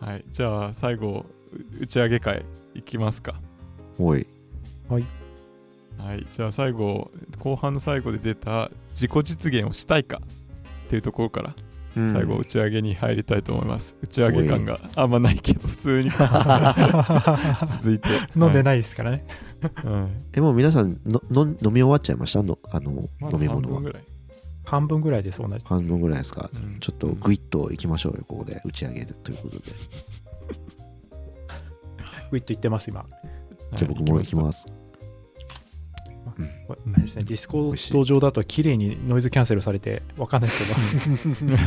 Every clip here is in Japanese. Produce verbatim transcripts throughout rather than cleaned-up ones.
はい、じゃあ最後打ち上げ会いきますか。 おい。 はい。 はい、じゃあ最後後半の最後で出た自己実現をしたいかっていうところから最後打ち上げに入りたいと思います、うん、打ち上げ感があんまないけど普通に続いて飲んでないですからね、 はい、えもう皆さんのの飲み終わっちゃいましたのあの、ま、飲み物は半分ぐらい半分ぐらいです。同じ半分ぐらいですか、うん、ちょっとグイッといきましょうよ。ここで打ち上げるということでグイッといってます今。 じゃあ僕もいきます。 うん、あれですね、ディスコード上だと綺麗にノイズキャンセルされてわかんないですけど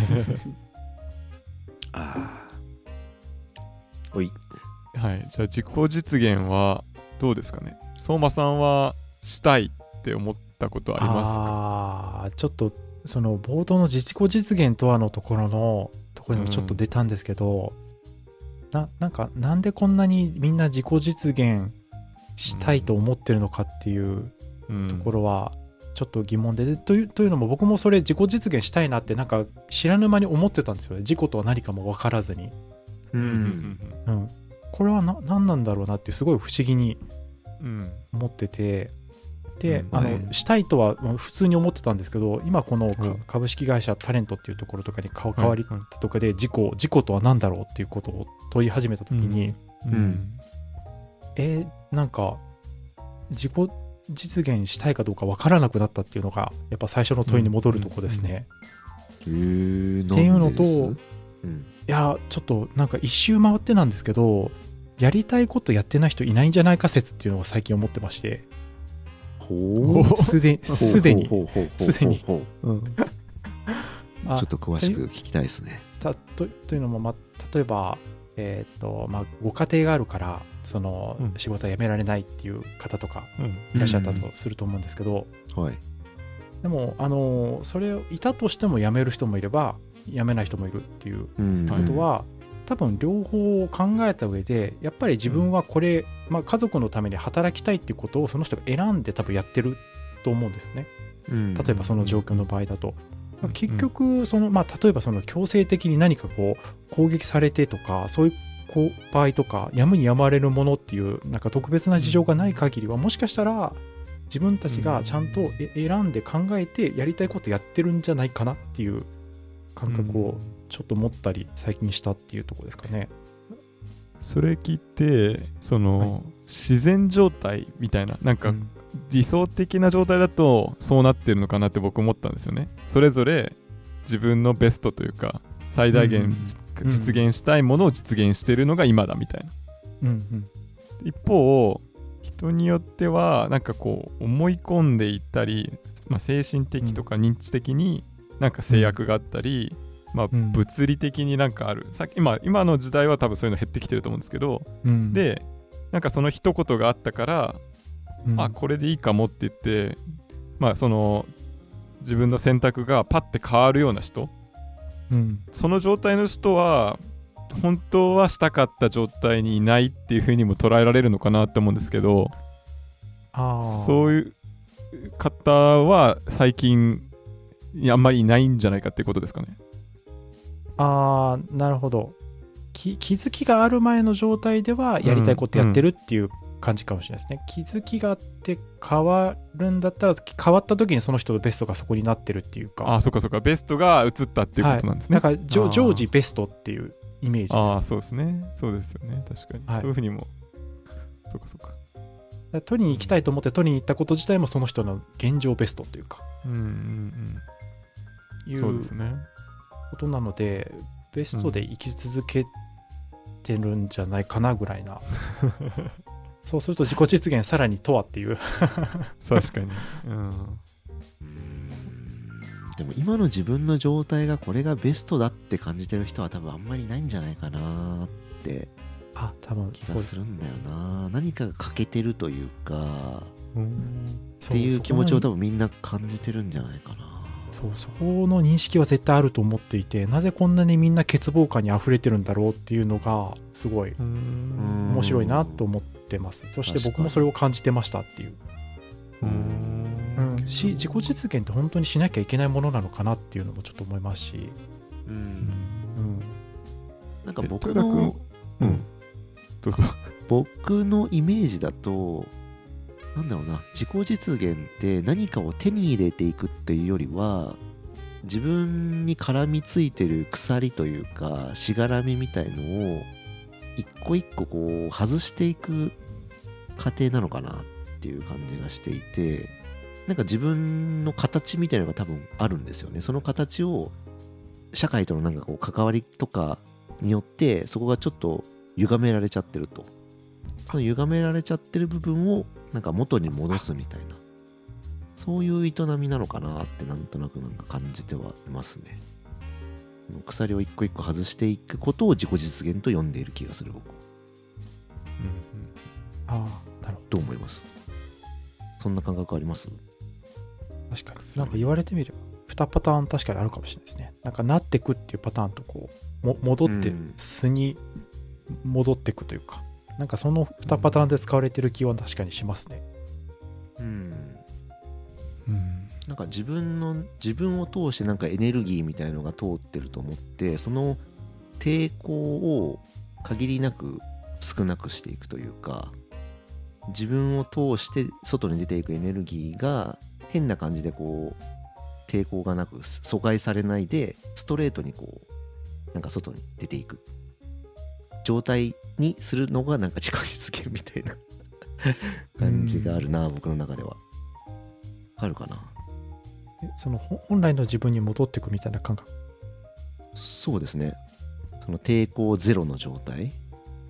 あおい。 はい、じゃあ自己実現はどうですかね。相馬さんはしたいって思ったことありますか。 ああ、ちょっとその冒頭の自己実現とはのところのところにもちょっと出たんですけど、うん、な, なんかなんでこんなにみんな自己実現したいと思ってるのかっていうところはちょっと疑問で、うん、という、というのも僕もそれ自己実現したいなってなんか知らぬ間に思ってたんですよね。自己とは何かも分からずに、うんうん、これはな何なんだろうなってすごい不思議に思ってて、で、うん、あの、はい、したいとは普通に思ってたんですけど、今この、うん、株式会社タレントっていうところとかに関わりとかで自己、自己とは何だろうっていうことを問い始めた時に、うんうん、えー、なんか自己実現したいかどうか分からなくなったっていうのがやっぱ最初の問いに戻るとこですね、 うんうんうん、 っていうのと、うん、いやちょっとなんか一周回ってなんですけど、やりたいことやってない人いないんじゃないか説っていうのを最近思ってまして、すでにすでにすでにちょっと詳しく聞きたいですね。 た と, というのも、まあ、例えば、えーとまあ、ご家庭があるからその、うん、仕事は辞められないっていう方とかいらっしゃったとすると思うんですけど、 うんはい、 でもあのそれをいたとしても辞める人もいれば辞めない人もいるっていうことは、うん多分両方を考えた上でやっぱり自分はこれ、うんまあ、家族のために働きたいっていうことをその人が選んで多分やってると思うんですよね、うん、例えばその状況の場合だと、うん、結局その、まあ、例えばその強制的に何かこう攻撃されてとかそういうこう場合とかやむにやまれるものっていうなんか特別な事情がない限りはもしかしたら自分たちがちゃんと選んで考えてやりたいことやってるんじゃないかなっていう感覚をちょっと持ったり最近したっていうところですかね。 それ聞いてその、はい、自然状態みたいななんか理想的な状態だとそうなってるのかなって僕思ったんですよね。それぞれ自分のベストというか最大限実現したいものを実現してるのが今だみたいな、うんうん、一方人によってはなんかこう思い込んでいったり、まあ、精神的とか認知的になんか制約があったり、うんまあ、物理的になんかある、うん、さっき 今, 今の時代は多分そういうの減ってきてると思うんですけど、うん、でなんかその一言があったから、うん、あこれでいいかもって言って、まあ、その自分の選択がパッて変わるような人、うん、その状態の人は本当はしたかった状態にいないっていう風にも捉えられるのかなって思うんですけど、あそういう方は最近あんまりいないんじゃないかっていうことですかね。 ああなるほど。気づきがある前の状態ではやりたいことやってるっていう感じかもしれないですね、うんうん、気づきがあって変わるんだったら変わった時にその人のベストがそこになってるっていうか、 あそっかそっかベストが移ったっていうことなんですね、 はい、だから常, 常時ベストっていうイメージです。 ああそうですねそうですよね確かに、はい、そういうふうにもそっかそっかだ取りに行きたいと思って取りに行ったこと自体もその人の現状ベストというか、うんうんうん、いうそうですねことなのでベストで生き続けてるんじゃないかなぐらいな、うん、そうすると自己実現さらにとはっていう確かに、うん、 でも今の自分の状態がこれがベストだって感じてる人は多分あんまりいないんじゃないかなってあ多分気がするんだよな。何かが欠けてるというかうんっていう気持ちを多分みんな感じてるんじゃないかな。 そうそこの認識は絶対あると思っていて、なぜこんなにみんな欠乏感にあふれてるんだろうっていうのがすごい面白いなと思ってます。そして僕もそれを感じてましたっていううーん、うん、し自己実現って本当にしなきゃいけないものなのかなっていうのもちょっと思いますし、うん、 うん、なんか僕のうんどうぞ。 僕のイメージだとなんだろうな、自己実現って何かを手に入れていくっていうよりは、自分に絡みついてる鎖というかしがらみみたいのを一個一個こう外していく過程なのかなっていう感じがしていて、なんか自分の形みたいなのが多分あるんですよね。その形を社会とのなんかこう関わりとかによってそこがちょっと歪められちゃってると、その歪められちゃってる部分をなんか元に戻すみたいな、そういう営みなのかなってなんとなくなんか感じてはいますね。鎖を一個一個外していくことを自己実現と呼んでいる気がする僕は。 うんうん、ああなるほどう思います？そんな感覚あります？ ど。確かになんか言われてみればにパターン確かにあるかもしれないですね。なんかなってくっていうパターンとこうも戻って素に戻ってくというか、うん、なんかそのにパターンで使われてる気は確かにしますね。 うん、 うん、 なんか自分の自分を通してなんかエネルギーみたいのが通ってると思って、その抵抗を限りなく少なくしていくというか、自分を通して外に出ていくエネルギーが変な感じでこう抵抗がなく阻害されないでストレートにこうなんか外に出ていく状態にするのがなんか自己実現みたいな感じがあるな、僕の中では。わかるかな？ その本来の自分に戻っていくみたいな感覚。 そうですね。その抵抗ゼロの状態、うんうんうん、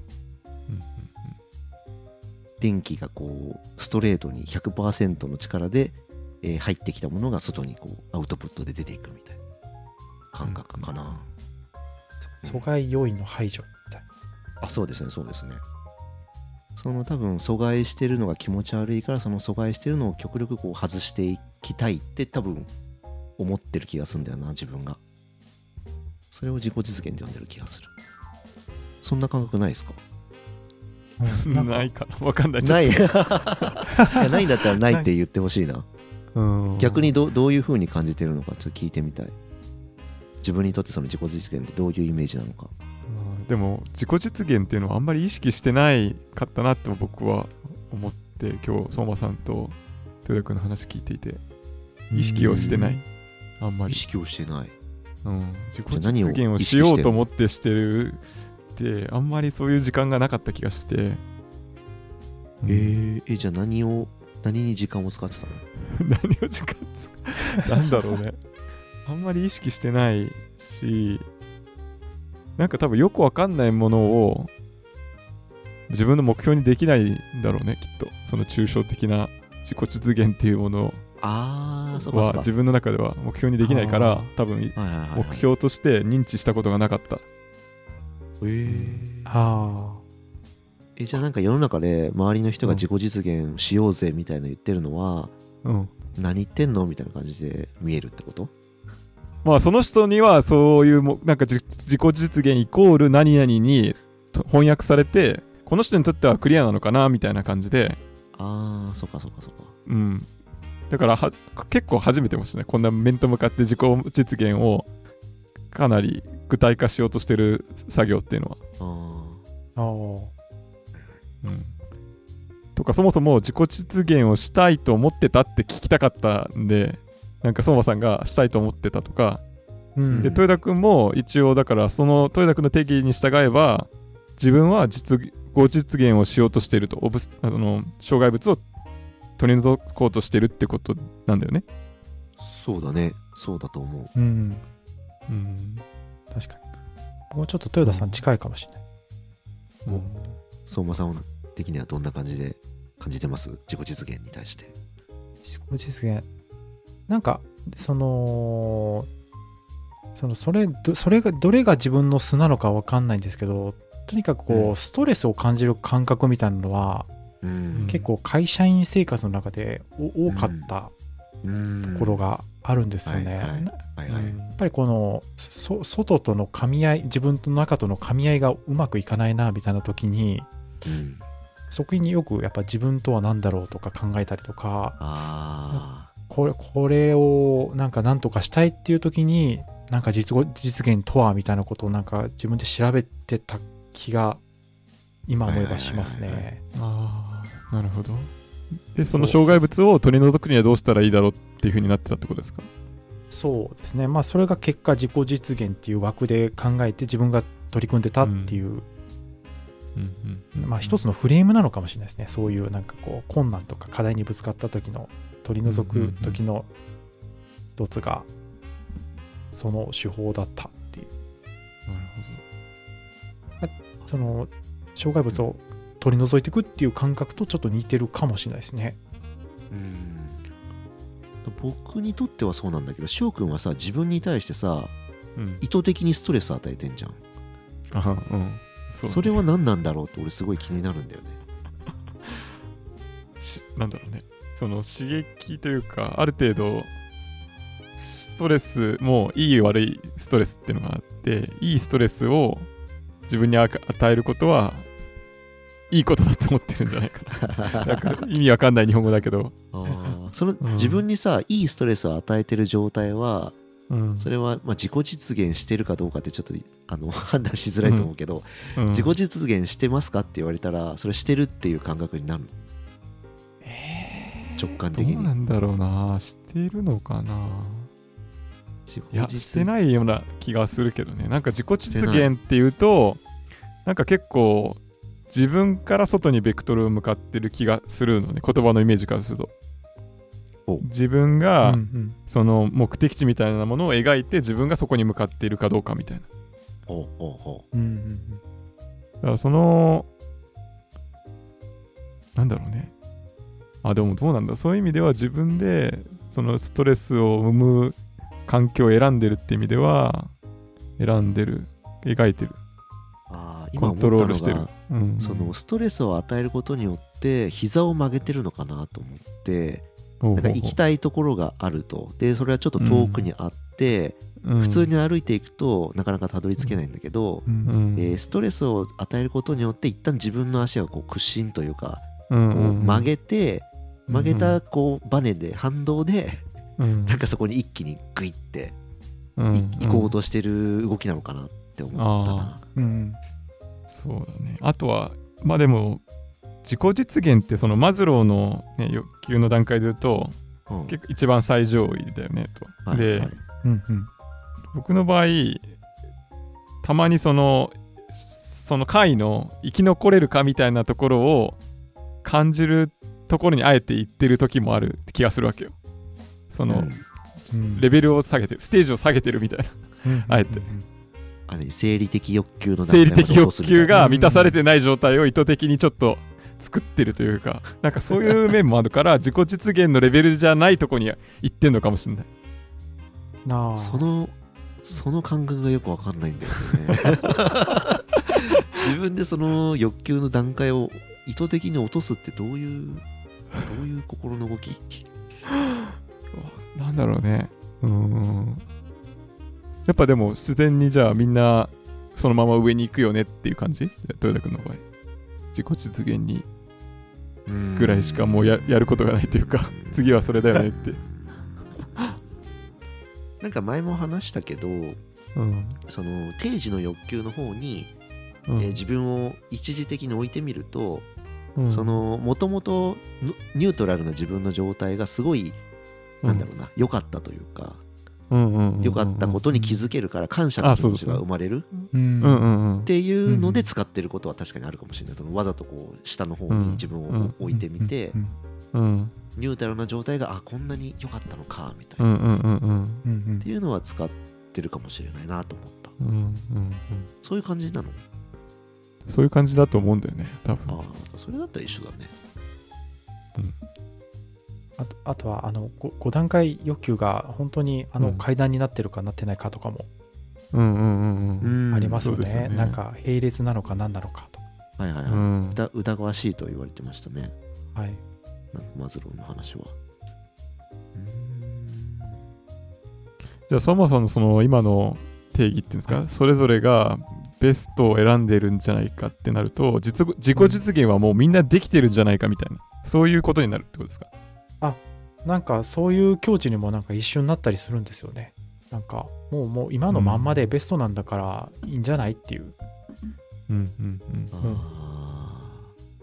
電気がこうストレートに ひゃくパーセント の力で、えー、入ってきたものが外にこうアウトプットで出ていくみたいな感覚かな、うん阻害要因の排除みたいな。 あ、そうですねそうですね。その多分阻害してるのが気持ち悪いから、その阻害してるのを極力こう外していきたいって多分思ってる気がするんだよな自分が。それを自己実現で呼んでる気がする。そんな感覚ないですか？ うん、なんかないかな、分かんない。 ないいやないんだったらないって言ってほしいな。 うん逆に ど, どういう風に感じてるのかちょっと聞いてみたい。自分にとってその自己実現ってどういうイメージなのか。 うんでも自己実現っていうのはあんまり意識してないかったなって僕は思って、今日相馬さんと豊田君の話聞いていて、意識をしてない、あんまり意識をしてない、 うん、自己実現をしようと思ってしてるってあんまりそういう時間がなかった気がして、うん、 えー、えじゃあ何を何に時間を使ってたの？ 何を時間使うなんだろうねあんまり意識してないし、なんか多分よくわかんないものを自分の目標にできないんだろうね、きっと。その抽象的な自己実現っていうものは自分の中では目標にできないから、多分目標として認知したことがなかった。 えー、 あえじゃあなんか世の中で周りの人が自己実現しようぜみたいな言ってるのは、 うん、 何言ってんのみたいな感じで見えるってこと？ まあその人にはそういうもなんか自己実現イコール何々に翻訳されて、この人にとってはクリアなのかなみたいな感じで。 ああ、そっかそっかそっか。 うん。だからは結構初めてましたね。こんな面と向かって自己実現をかなり具体化しようとしてる作業っていうのは。 ああ。 うん。とかそもそも自己実現をしたいと思ってたって聞きたかったんで。なんか相馬さんがしたいと思ってたとか、うん、で豊田君も一応だからその豊田君の定義に従えば自分は実ご実現をしようとしていると、オブスあの障害物を取り除こうとしてるってことなんだよね。 そうだね、そうだと思う。 うん、うん、確かにもうちょっと豊田さん近いかもしれない。 うん、相馬さん的にはどんな感じで感じてます？自己実現に対して。 自己実現なんかそのそのそれそれがどれが自分の素なのか分かんないんですけど、とにかくこう、うん、ストレスを感じる感覚みたいなのは、うん、結構会社員生活の中で多かったところがあるんですよね。やっぱりこのそ外との噛み合い、自分の中との噛み合いがうまくいかないなみたいな時に、うん、そこによくやっぱ自分とは何だろうとか考えたりとか、 あこれ、これをなんか何とかしたいっていう時になんか実実現とはみたいなことをなんか自分で調べてた気が今思えばしますね。 ああ、なるほど。でその障害物を取り除くにはどうしたらいいだろうっていう風になってたってことですか？ そうですね。まあそれが結果自己実現っていう枠で考えて自分が取り組んでたっていう、 うんうんうん、 まあ一つのフレームなのかもしれないですね。そういうなんかこう困難とか課題にぶつかった時の取り除く時の一つがその手法だったっていう。 なるその障害物を取り除いていくっていう感覚とちょっと似てるかもしれないですね。 うん僕にとってはそうなんだけど、翔くんはさ自分に対してさ、うん、意図的にストレス与えてんじゃん。 あ、うん、そう、ね、 それは何なんだろうって俺すごい気になるんだよね。 なんだろうね、その刺激というか、ある程度ストレスもいい悪いストレスっていうのがあって、いいストレスを自分に与えることはいいことだと思ってるんじゃないかな。なんか意味わかんない日本語だけど、 あその、うん、自分にさいいストレスを与えてる状態は、うん、それはまあ自己実現してるかどうかってちょっとあの判断しづらいと思うけど、うんうん、自己実現してますかって言われたらそれしてるっていう感覚になるの？えー、直感的にどうなんだろうな。してるのかな。いやしてないような気がするけどね。なんか自己実現っていうとなんか結構自分から外にベクトルを向かってる気がするのね、言葉のイメージからすると。自分がその目的地みたいなものを描いて自分がそこに向かっているかどうかみたいな。 おうおうおう、 うんうん、だからそのなんだろうね。あ、でもどうなんだ。そういう意味では自分でそのストレスを生む環境を選んでるって意味では選んでる、描いてる。 あ、今思ったのがコントロールしてる、うん、そのストレスを与えることによって膝を曲げてるのかなと思って、なんか行きたいところがあると。でそれはちょっと遠くにあって、うん、普通に歩いていくとなかなかたどり着けないんだけど、うんえー、ストレスを与えることによって一旦自分の足がこう屈伸というか、うんこう曲げて曲げたこうバネで反動で、うん、なんかそこに一気にグイって、うん、行こうとしてる動きなのかなって思ったな。 うん、そうだね。あとはまあでも自己実現ってそのマズローの、ね、欲求の段階で言うと、うん、結構一番最上位だよねと、はいはい、で、うんうん、僕の場合たまにそのその階の生き残れるかみたいなところを感じるところにあえて行ってる時もある気がするわけよ。その、うん、レベルを下げてる、ステージを下げてるみたいな、うん、あえて、 あれ生理的欲求の生理的欲求が満たされてない状態を意図的にちょっと作ってるというか、なんかそういう面もあるから自己実現のレベルじゃないとこに行ってんのかもしれない。 なあ、そのその感覚がよくわかんないんだよね。自分でその欲求の段階を意図的に落とすってどういうどういう心の動き？ なんだろうね。うーん。やっぱでも自然にじゃあみんなそのまま上に行くよねっていう感じ？豊田君の場合。自己実現にぐらいしかもう や, やることがないというか、次はそれだよねってなんか前も話したけど、うん、その定時の欲求の方に、うんえー、自分を一時的に置いてみると、うん、そのもともとニュートラルな自分の状態がすごい、うん、なんだろうな、良かったというか、良かったことに気づけるから感謝の気持ちが生まれるっていうので使ってることは確かにあるかもしれない。そのわざとこう下の方に自分を置いてみてニュートラルな状態があこんなに良かったのかみたいなっていうのは使ってるかもしれないなと思った。そういう感じなの？ そういう感じだと思うんだよね多分。 ああ、それだったら一緒だね。 うんあと、あとはあの 5, ご段階欲求が本当にあの階段になってるかなってないかとかもありますよね。なんか並列なのか何なのかと。 はいはいはい。うん、疑わしいと言われてましたね。 はい。 なんかマズローの話は。うーんじゃあそもそもその今の定義っていうんですか、はい、それぞれがベストを選んでるんじゃないかってなると、実自己実現はもうみんなできてるんじゃないかみたいな、そういうことになるってことですか？ あ、なんかそういう境地にもなんか一瞬なったりするんですよね。なんかもうもう今のまんまでベストなんだからいいんじゃないっていう。 うんうんうん。うん、 あ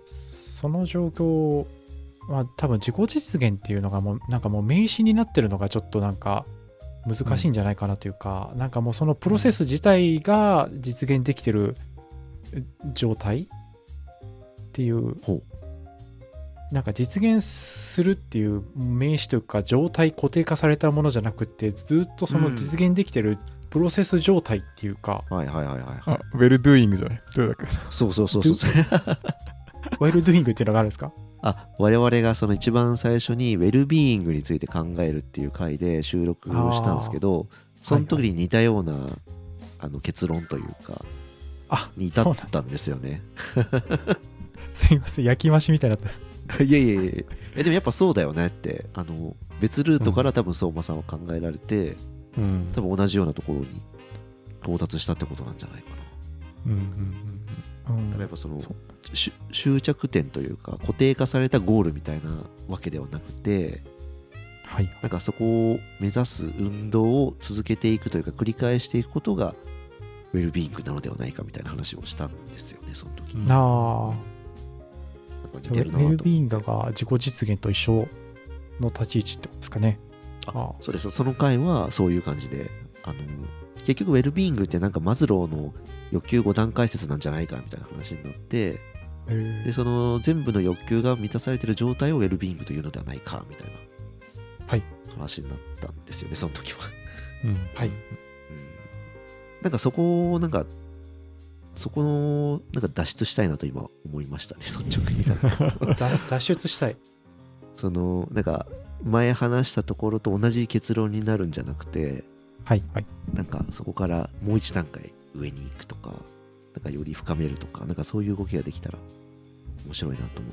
その状況は多分自己実現っていうのがもうなんかもう名詞になってるのがちょっとなんか難しいんじゃないかなというか、うん、なんかもうそのプロセス自体が実現できてる状態っていう、 ほう、 なんか実現するっていう名詞というか状態固定化されたものじゃなくて、ずっとその実現できてるプロセス状態っていうか、 うん、はいはいはいはい、 あ、ウェルドゥーイングじゃない、どうだかそうそうそうそうウェルドゥーイングっていうのがあるんですか？ あ、我々がその一番最初にウェルビーイングについて考えるっていう回で収録をしたんですけど、その時に似たような、はいはい、あの結論というかあに至ったんですよね。 すいません、焼き増しみたいになったいやいやいやえでもやっぱそうだよねって、あの別ルートから多分相馬さんは考えられて、うん、多分同じようなところに到達したってことなんじゃないかな。うんうんうん、うん、やっぱその終着点というか固定化されたゴールみたいなわけではなくて、 はい、 なんかそこを目指す運動を続けていくというか繰り返していくことがウェルビーイングなのではないかみたいな話をしたんですよね、その時に。 あウェルビーイングが自己実現と一緒の立ち位置ってことですかね。 ああ、そうです。その回はそういう感じで、あの結局ウェルビーイングってなんかマズローの欲求ご段階説なんじゃないかみたいな話になって、でその全部の欲求が満たされている状態をウェルビーイングというのではないかみたいな話になったんですよね、その時は。 うん、はい、うん。 なんかそこをなんかそこのなんか脱出したいなと今思いましたね、率直に。 脱出したい。 そのなんか前話したところと同じ結論になるんじゃなくて、 はいはい、 なんかそこからもう一段階上に行くとか、なんかより深めるとか、なんかそういう動きができたら面白いなと思った。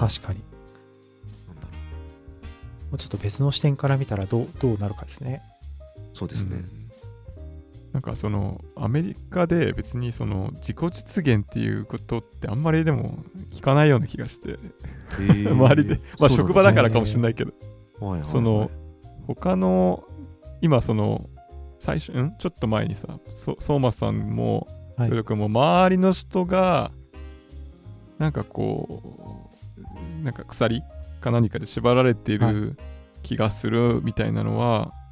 確かに。なんだろう。もうちょっと別の視点から見たらどうどうなるかですね。 そうですね。うん、 なんかそのアメリカで別にその自己実現っていうことってあんまりでも聞かないような気がして、周りで、まあ職場だからかもしれないけど、その他の今その最初んちょっと前にさ、そ相馬さんもはい、 もう周りの人がなんかこうなんか鎖か何かで縛られている気がするみたいなのは、はい、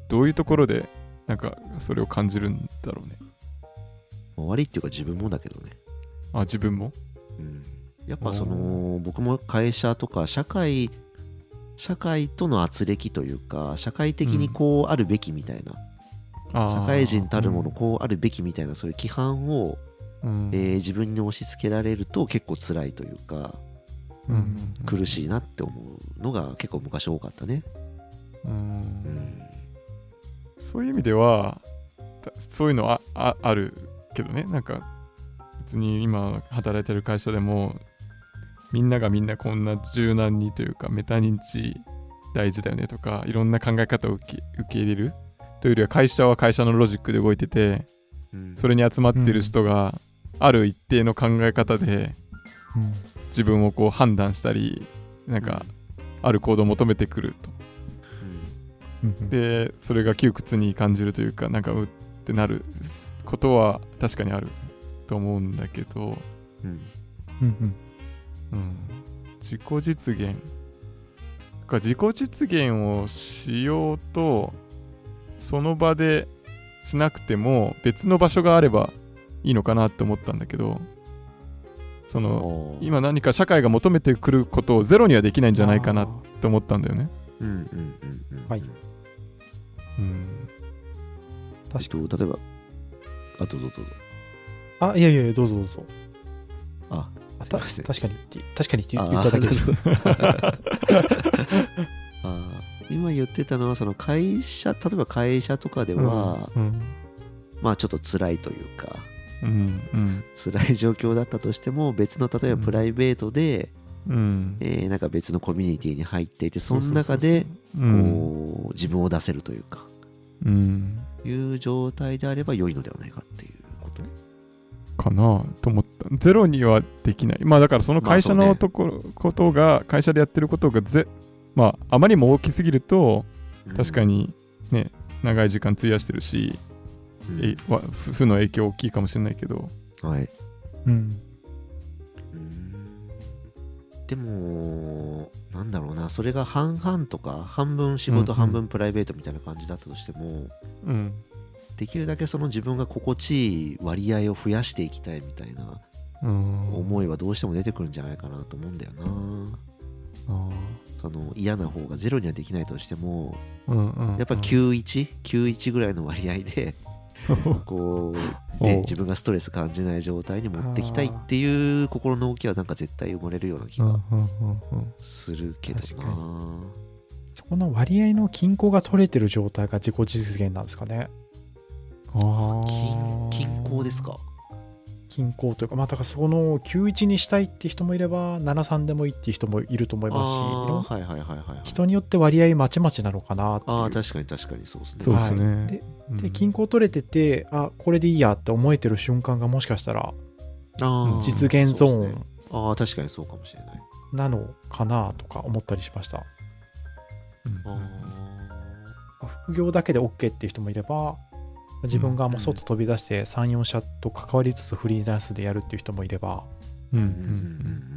どういうところでなんかそれを感じるんだろうね。 周りっていうか自分もだけどね。 あ、自分も、 うん、やっぱその僕も会社とか社会社会との圧力というか、社会的にこうあるべきみたいな、うん、社会人たるものこうあるべきみたいな、そういう規範を、うんえー、自分に押し付けられると結構辛いというか、うんうんうん、苦しいなって思うのが結構昔多かったね。うん、うん、 そういう意味ではそういうの あ, あ, あるけどね。なんか別に今働いてる会社でもみんながみんなこんな柔軟にというかメタ認知大事だよねとか、いろんな考え方を受 け, 受け入れるというよりは、会社は会社のロジックで動いてて、うん、それに集まってる人がある一定の考え方で、うん、自分をこう判断したり、なんかある行動を求めてくると、うん、でそれが窮屈に感じるというか、なんかうってなることは確かにあると思うんだけど、うんうんうん、自己実現か自己実現をしようとその場でしなくても別の場所があればいいのかなって思ったんだけど、その今何か社会が求めてくることをゼロにはできないんじゃないかなって思ったんだよね。うんうんうんうん。はい。 うん。確かに。例えば、あ、どうぞどうぞ。 あ、いやいやいや、どうぞどうぞ。 あ、 た確かにって確かにって言っただけです。 あ今言ってたのはその会社、例えば会社とかでは、うんうん、まあちょっと辛いというか、うんうん、辛い状況だったとしても別の例えばプライベートで、うんえー、なんか別のコミュニティに入っていて、その中でこう自分を出せるというか、うん、いう状態であれば良いのではないかっていうことかなと思った。ゼロにはできない。まあだからその会社のところ、まあね、ことが会社でやってることがぜまああまりにも大きすぎると確かにね、うん、長い時間費やしてるし、うん、え負の影響大きいかもしれないけど、はい、うん、 でもなんだろうな、それが半々とか半分仕事半分プライベートみたいな感じだったとしても、 うん、 できるだけその自分が心地いい割合を増やしていきたいみたいな思いはどうしても出てくるんじゃないかなと思うんだよな。あその嫌な方がゼロにはできないとしても、うんうんうん、やっぱ きゅういち?きゅういち ぐらいの割合でこう、ね、自分がストレス感じない状態に持っていきたいっていう心の動きはなんか絶対生まれるような気がするけどな。 そこの割合の均衡が取れてる状態が自己実現なんですかね。 あ均均衡ですか。 均衡というか、まあだからそこのきゅういちにしたいって人もいればななさんでもいいっていう人もいると思いますし、 はいはいはいはい、 人によって割合まちまちなのかなっていう。 あ確かに確かにそうですね。 そうですね、 はい、で, で均衡取れてて、あこれでいいやって思えてる瞬間がもしかしたら実現ゾーン、ね、 あ確かにそうかもしれないなのかなとか思ったりしました。うん、あ副業だけで OK っていう人もいれば、自分がもう外飛び出してさんよん社と関わりつつフリーランスでやるっていう人もいれば、うんうんうん、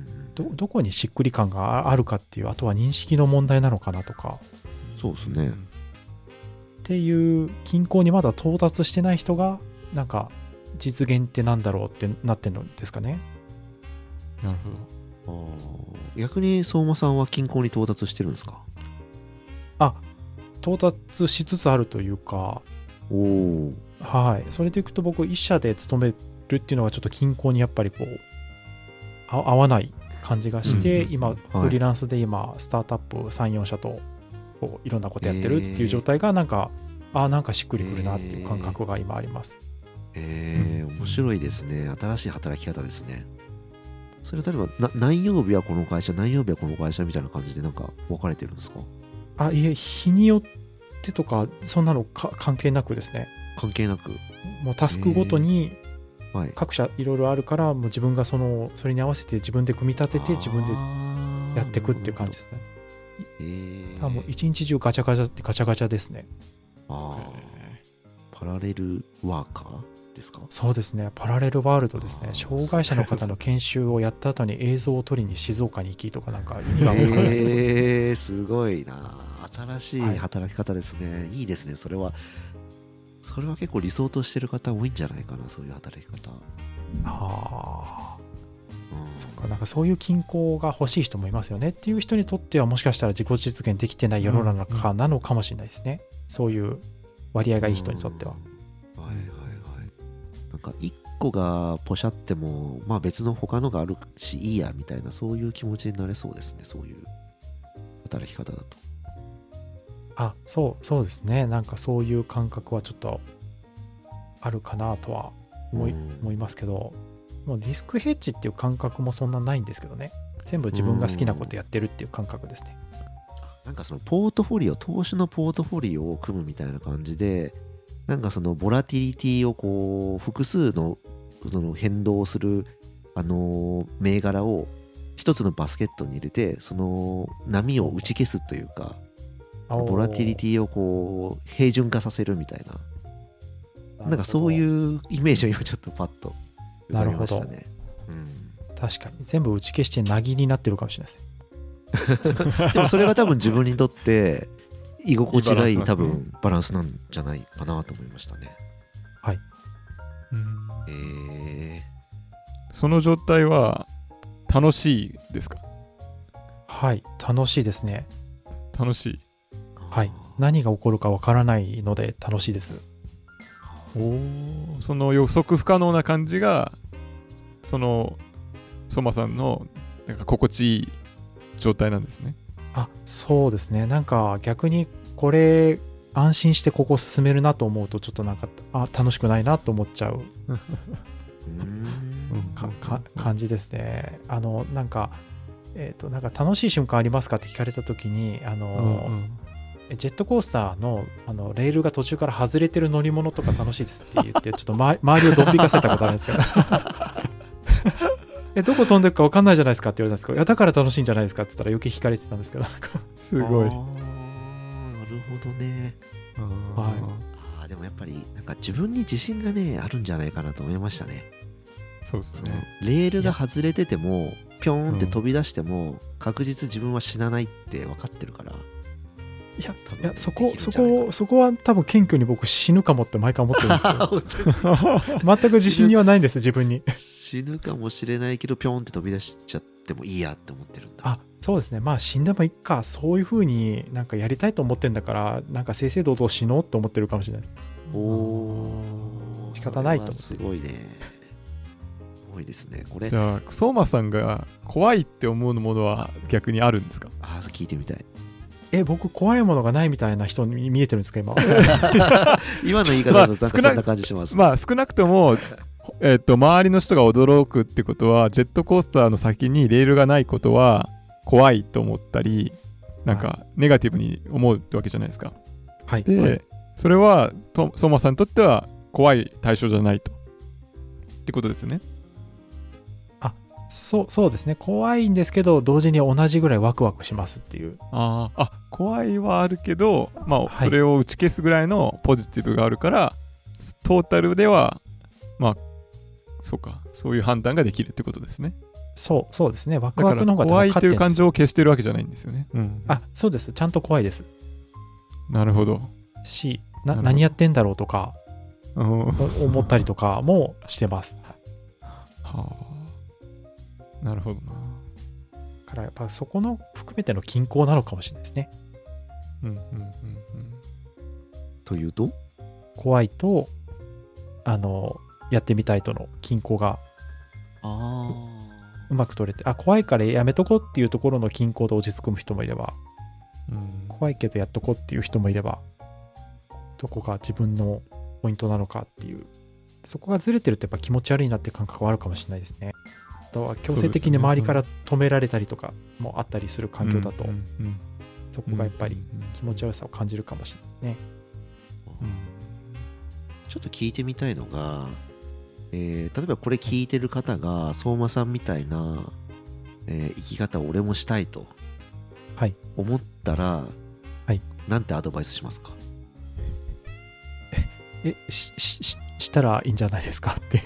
ど, どこにしっくり感があるかっていう、あとは認識の問題なのかなとか。 そうですね。 っていう均衡にまだ到達してない人がなんか実現ってなんだろうってなってるんですかね。 なるほど。 あ逆に相馬さんは均衡に到達してるんですか。 あ到達しつつあるというか、おはい、それでいくと僕一社で勤めるっていうのがちょっと均衡にやっぱりこうあ合わない感じがして、うん、今、はい、フリーランスで今スタートアップさんよん社とこういろんなことやってるっていう状態がなんか、えー、あなんかしっくりくるなっていう感覚が今あります。 えー、うん、面白いですね。新しい働き方ですね。それ例えばな何曜日はこの会社何曜日はこの会社みたいな感じでなんか分かれてるんですか。 あいえ日によってとかそんなのか関係なくですね。 関係なくもうタスクごとに各社いろいろあるから、もう自分がそのそれに合わせて自分で組み立てて自分でやっていくっていう感じですね。えー、もう一日中ガチャガチャってガチャガチャですね。あパラレルワーカーですか。 そうですね、パラレルワールドですね。障害者の方の研修をやった後に映像を撮りに静岡に行きとかなんか意味が分からない。 えー、すごいな。新しい働き方ですね、はい、いいですね。それはそれは結構理想としてる方多いんじゃないかな、そういう働き方。ああ、うん、そっか、なんかそういう均衡が欲しい人もいますよねっていう人にとってはもしかしたら自己実現できてない世の中なのかもしれないですね、うんうん、そういう割合がいい人にとっては、うん、はいはいはい。なんか一個がポシャってもまあ別の他のがあるしいいやみたいな、そういう気持ちになれそうですね、そういう働き方だと。 あ、そうそうですね。なんかそういう感覚はちょっとあるかなとは思い、うん、思いますけど、もうリスクヘッジっていう感覚もそんなないんですけどね。全部自分が好きなことやってるっていう感覚ですね。 うん、なんかそのポートフォリオ、投資のポートフォリオを組むみたいな感じで、なんかそのボラティリティをこう複数のその変動するあの銘柄を一つのバスケットに入れて、その波を打ち消すというか、ボラティリティをこう平準化させるみたいな、なんかそういうイメージを今ちょっとパッと浮かびましたね。なるほど、 うん、確かに全部打ち消してなぎになってるかもしれないですね。 でもそれが多分自分にとって居心地がいい多分バランスなんじゃないかなと思いましたね。はい、 うん、えー、その状態は楽しいですか。 はい、楽しいですね。 楽しい。 はい、何が起こるかわからないので楽しいです。 おその予測不可能な感じがそのソマさんのなんか心地いい状態なんですね。 あ、そうですね。なんか逆にこれ安心してここ進めるなと思うとちょっとなんかあ楽しくないなと思っちゃうかか感じですね。あのなんかえっとなんか楽しい瞬間ありますかって聞かれた時にあの、うんうん、ジェットコースター の, あのレールが途中から外れてる乗り物とか楽しいですって言ってちょっと周りをどん引かせたことあるんですけどえどこ飛んでるか分かんないじゃないですかって言われたんですけど、いやだから楽しいんじゃないですかって言ったら余計引かれてたんですけどすごい。あ、なるほどね。あ、はい、あでもやっぱりなんか自分に自信がねあるんじゃないかなと思いましたね。 そうですね。 レールが外れててもピョーンって飛び出しても確実自分は死なないって分かってるから、 いや多分いやそこそできるんじゃないかなこそこは多分謙虚に僕死ぬかもって毎回思ってるんですけど本当に全く自信にはないんです自分に。 死ぬかもしれないけどピョーンって飛び出しちゃってもいいやって思ってるんだ。 あ、そうですね。まあ死んでもいいか、そういう風になんかやりたいと思ってんだから、なんか正々堂々死のうって思ってるかもしれないです。 おお、 仕方ないと思ってすごいね。すごいですねこれ。 じゃあ相馬さんが怖いって思うものは逆にあるんですか？ あ、聞いてみたい。 え、僕怖いものがないみたいな人に見えてるんですか今？ 今の言い方だとなんかそんな感じします、ね。 まあ少なくともえっと周りの人が驚くってことは、ジェットコースターの先にレールがないことは怖いと思ったり、なんかネガティブに思うってわけじゃないですか。 はい。 で、 はい、 それはと相馬さんにとっては怖い対象じゃないとってことですよね。 そうそうですね。怖いんですけど同時に同じぐらいワクワクしますっていう。 ああ、怖いはあるけど、まあ、 はいそれを打ち消すぐらいのポジティブがあるから、トータルではまあそうか、そういう判断ができるってことですね。 そうそうですね。ワクだからワクの方が怖いという感勝ってんです。 情を消してるわけじゃないんですよね。うん、 あ、そうです。ちゃんと怖いですなるほど。 し、ななるほど何やってんだろうとかうんは思ったりとかもしてます。 あ、なるほどな。 だからやっぱそこの含めての均衡なのかもしれないですね。 うんうんうんというと、 怖いとあのやってみたいとの均衡があうまく取れて、あ、怖いからやめとこうっていうところの均衡で落ち着く人もいれば、 うんうん怖いけどやっとこうっていう人もいれば、どこが自分のポイントなのかっていう、そこがずれてるとやっぱ気持ち悪いなって感覚はあるかもしれないですね。あとは強制的に周りから止められたりとかもあったりする環境だと、 うんうんうんそこがやっぱりうんうん気持ち悪さを感じるかもしれないですね。 うんちょっと聞いてみたいのが、えー例えばこれ聞いてる方が相馬さんみたいな、えー生き方を俺もしたいとはい思ったら、 はいなんてアドバイスしますか？ えししししたらいいんじゃないですかって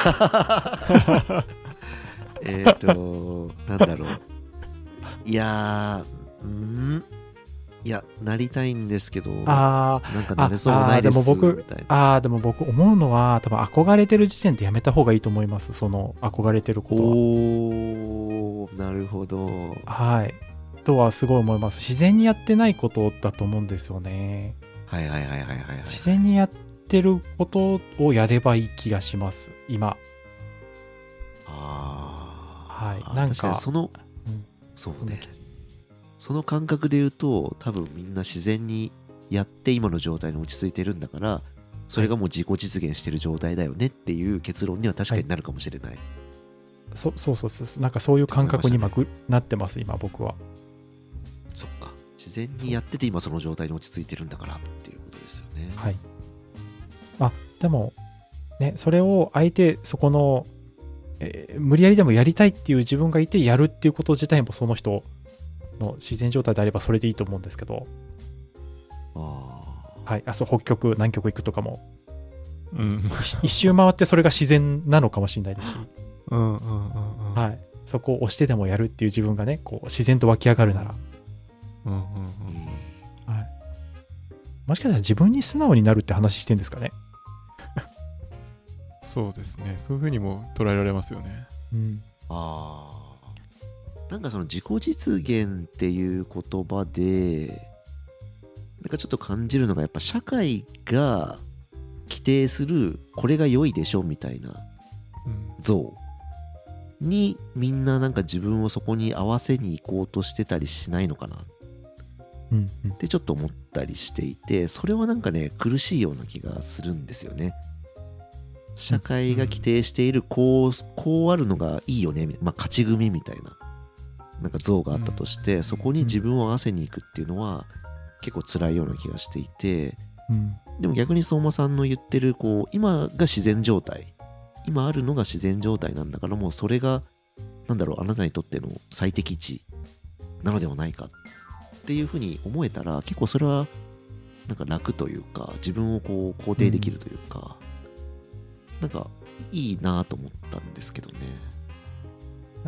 えっとなんだろう、いやーんいやなりたいんですけど、 あなんかなれそうもないですああーでも僕みたいな。 ああでも僕思うのは多分憧れてる時点でやめた方がいいと思います。その憧れてることは。 おー、なるほど。 はいとはすごい思います。自然にやってないことだと思うんですよね。 はいはいはいはいはいはい。 自然にやってることをやればいい気がします今。 あはいー、 なんか確かにその、 うんそうね、その感覚で言うと多分みんな自然にやって今の状態に落ち着いてるんだから、それがもう自己実現してる状態だよねっていう結論には確かになるかもしれない。 そそうそうそうなんかそういう感覚に今ぐなってます今僕は。 そっか、自然にやってて今その状態に落ち着いてるんだからっていうことですよね。 はい。あでもねそれを相手そこの、えー無理やりでもやりたいっていう自分がいてやるっていうこと自体もその人の自然状態であればそれでいいと思うんですけど、 あはい、あそう北極南極行くとかもうん一一周回ってそれが自然なのかもしれないですし、 うんうんうんうんはい、そこを押してでもやるっていう自分がねこう自然と湧き上がるなら、 うんうんー、うんはい、もしかしたら自分に素直になるって話してんですかね。 そうですね。そういうふうにも捉えられますよね。 うんあー、なんかその自己実現っていう言葉でなんかちょっと感じるのが、やっぱ社会が規定するこれが良いでしょみたいなうん像にみんななんか自分をそこに合わせに行こうとしてたりしないのかなっうんうんてちょっと思ったりしていて、それはなんかね苦しいような気がするんですよね。社会が規定しているこうこうあるのがいいよねみたいな、まあ勝ち組みたいななんか像があったとして、そこに自分を合わせに行くっていうのは結構辛いような気がしていて、 うんでも逆に相馬さんの言ってるこう今が自然状態、今あるのが自然状態なんだから、もうそれがなんだろうあなたにとっての最適値なのではないかっていうふうに思えたら、結構それはなんか楽というか自分をこう肯定できるというか、なんかいいなと思ったんですけどね。 なん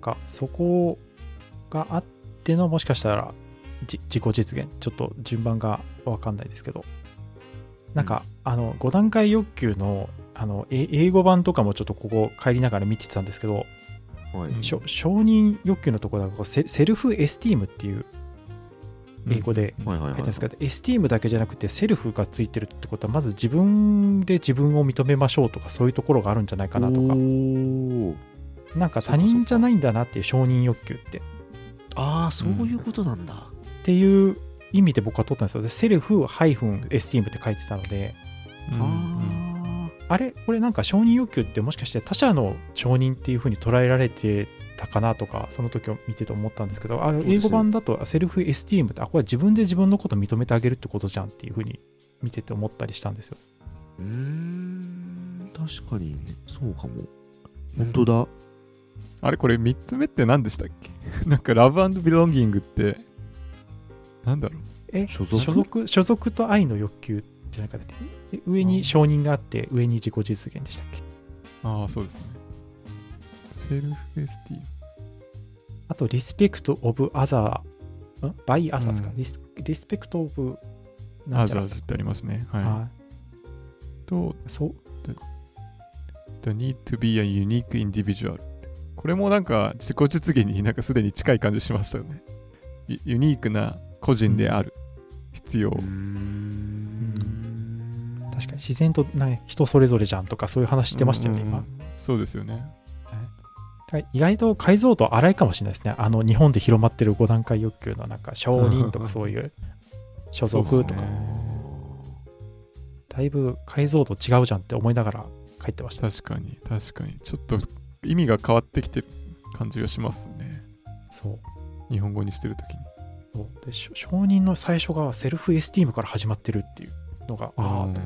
かそこがあってのもしかしたらじ自己実現、ちょっと順番が分かんないですけど、なんか、うん、あのご段階欲求のあの英語版とかもちょっとここ帰りながら見てたんですけど、はい、承認欲求のところだとセルフエスティームっていう英語で書いてあるんですけど、エスティームだけじゃなくてセルフがついてるってことはまず自分で自分を認めましょうとかそういうところがあるんじゃないかなとか、なんか他人じゃないんだなっていう承認欲求って、 ああそういうことなんだ、 うん、っていう意味で僕は取ったんですよ。でセルフハイフンエスティームって書いてたので、うんうん、あれこれなんか承認欲求ってもしかして他者の承認っていう風に捉えられてたかなとかその時を見てて思ったんですけど、あの英語版だとセルフエスティームってあこれ自分で自分のことを認めてあげるってことじゃんっていう風に見てて思ったりしたんですよ。 うーん確かにね、そうかも。本当だ。 あれこれみっつめって何でしたっけなんかラブ&ビロンギングってなんだろう、 え所属所属所属と愛の欲求じゃなくて上に承認があって上に自己実現でしたっけ。 ああそうですね。セルフエスティーム、 あとリスペクトオブアザーバイアザーですか、うん、リスリスペクトオブアザーズってありますね。はい、はい、とそう The, the need to be a unique individual、 これもなんか自己実現になんかすでに近い感じしましたよね。ユニークな個人である、うん、必要、うーん、確かに自然と、ね、人それぞれじゃんとかそういう話してましたよね、うんうん、今。 そうですよね。 意外と解像度荒いかもしれないですね。あの日本で広まってるご段階欲求のなんか承認とかそういう所属とか、だいぶ解像度違うじゃんって思いながら書いてました。 確かに確かにちょっと意味が変わってきてる感じがしますね。 そう日本語にしてるときに。 そうで承認の最初がセルフエスティームから始まってるっていうのが、ああと思って。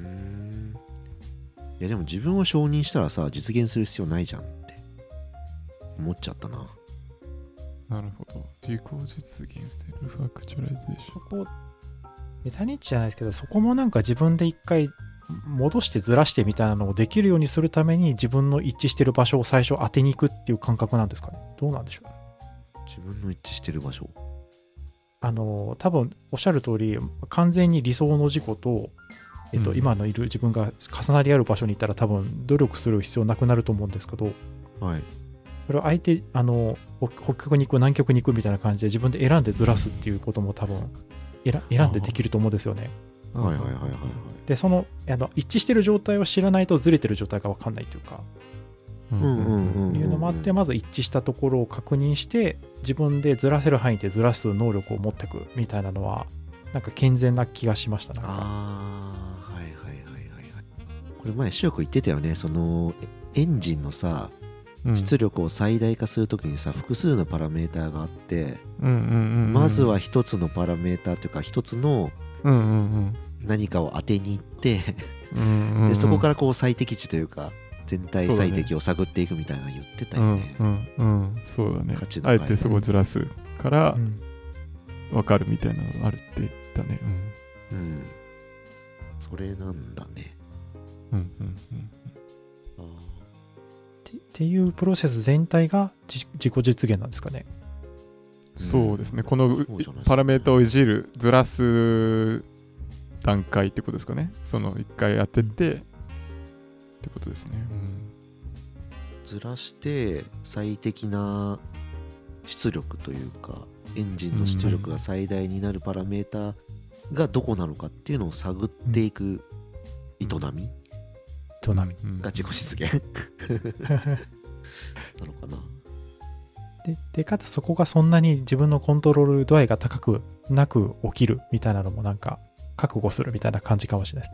いやでも自分を承認したらさ実現する必要ないじゃん思っちゃったな。 なるほど。自己実現、セルフアクチュアライゼーション。 そこ、メタ認知じゃないですけど、そこもなんか自分で一回戻してずらしてみたいなのをできるようにするために自分の一致してる場所を最初当てに行くっていう感覚なんですかね。どうなんでしょう。 自分の一致してる場所。 あの、多分おっしゃる通り、完全に理想の自己と、えっと、うん、今のいる自分が重なり合う場所にいたら多分努力する必要なくなると思うんですけど、 はい。 それを相手あの北極に行く南極に行くみたいな感じで自分で選んでずらすっていうことも多分選んでできると思うんですよね。 はいはいはいはいはい。 でそのあの一致してる状態を知らないとずれてる状態が分かんないというか、 うんうんうん、 いうのもあってまず一致したところを確認して自分でずらせる範囲でずらす能力を持っていくみたいなのはなんか健全な気がしました。なんかああはいはいはいはいはい。これ前塩君言ってたよね。そのエンジンのさ出力を最大化するときにさ複数のパラメーターがあって、 うんうんうんうん、 まずは一つのパラメーターというか一つの何かを当てに行って、うんうんうん、でそこからこう最適値というか全体最適を探っていくみたいなの言ってたよね。 うんうんうん、そうだね。あえてそこをずらすから分かるみたいなのあるって言ったね。 うん、うん、それなんだね。 うんうんうん。 あっていうプロセス全体が自己実現なんですかね。 そうですね。このパラメータをいじるずらす段階ってことですかね。その一回当ててってことですね、 うん、ずらして最適な出力というかエンジンの出力が最大になるパラメータがどこなのかっていうのを探っていく営み、 営みが自己実現なのかな。 で, でかつそこがそんなに自分のコントロール度合いが高くなく起きるみたいなのもなんか覚悟するみたいな感じかもしれないです。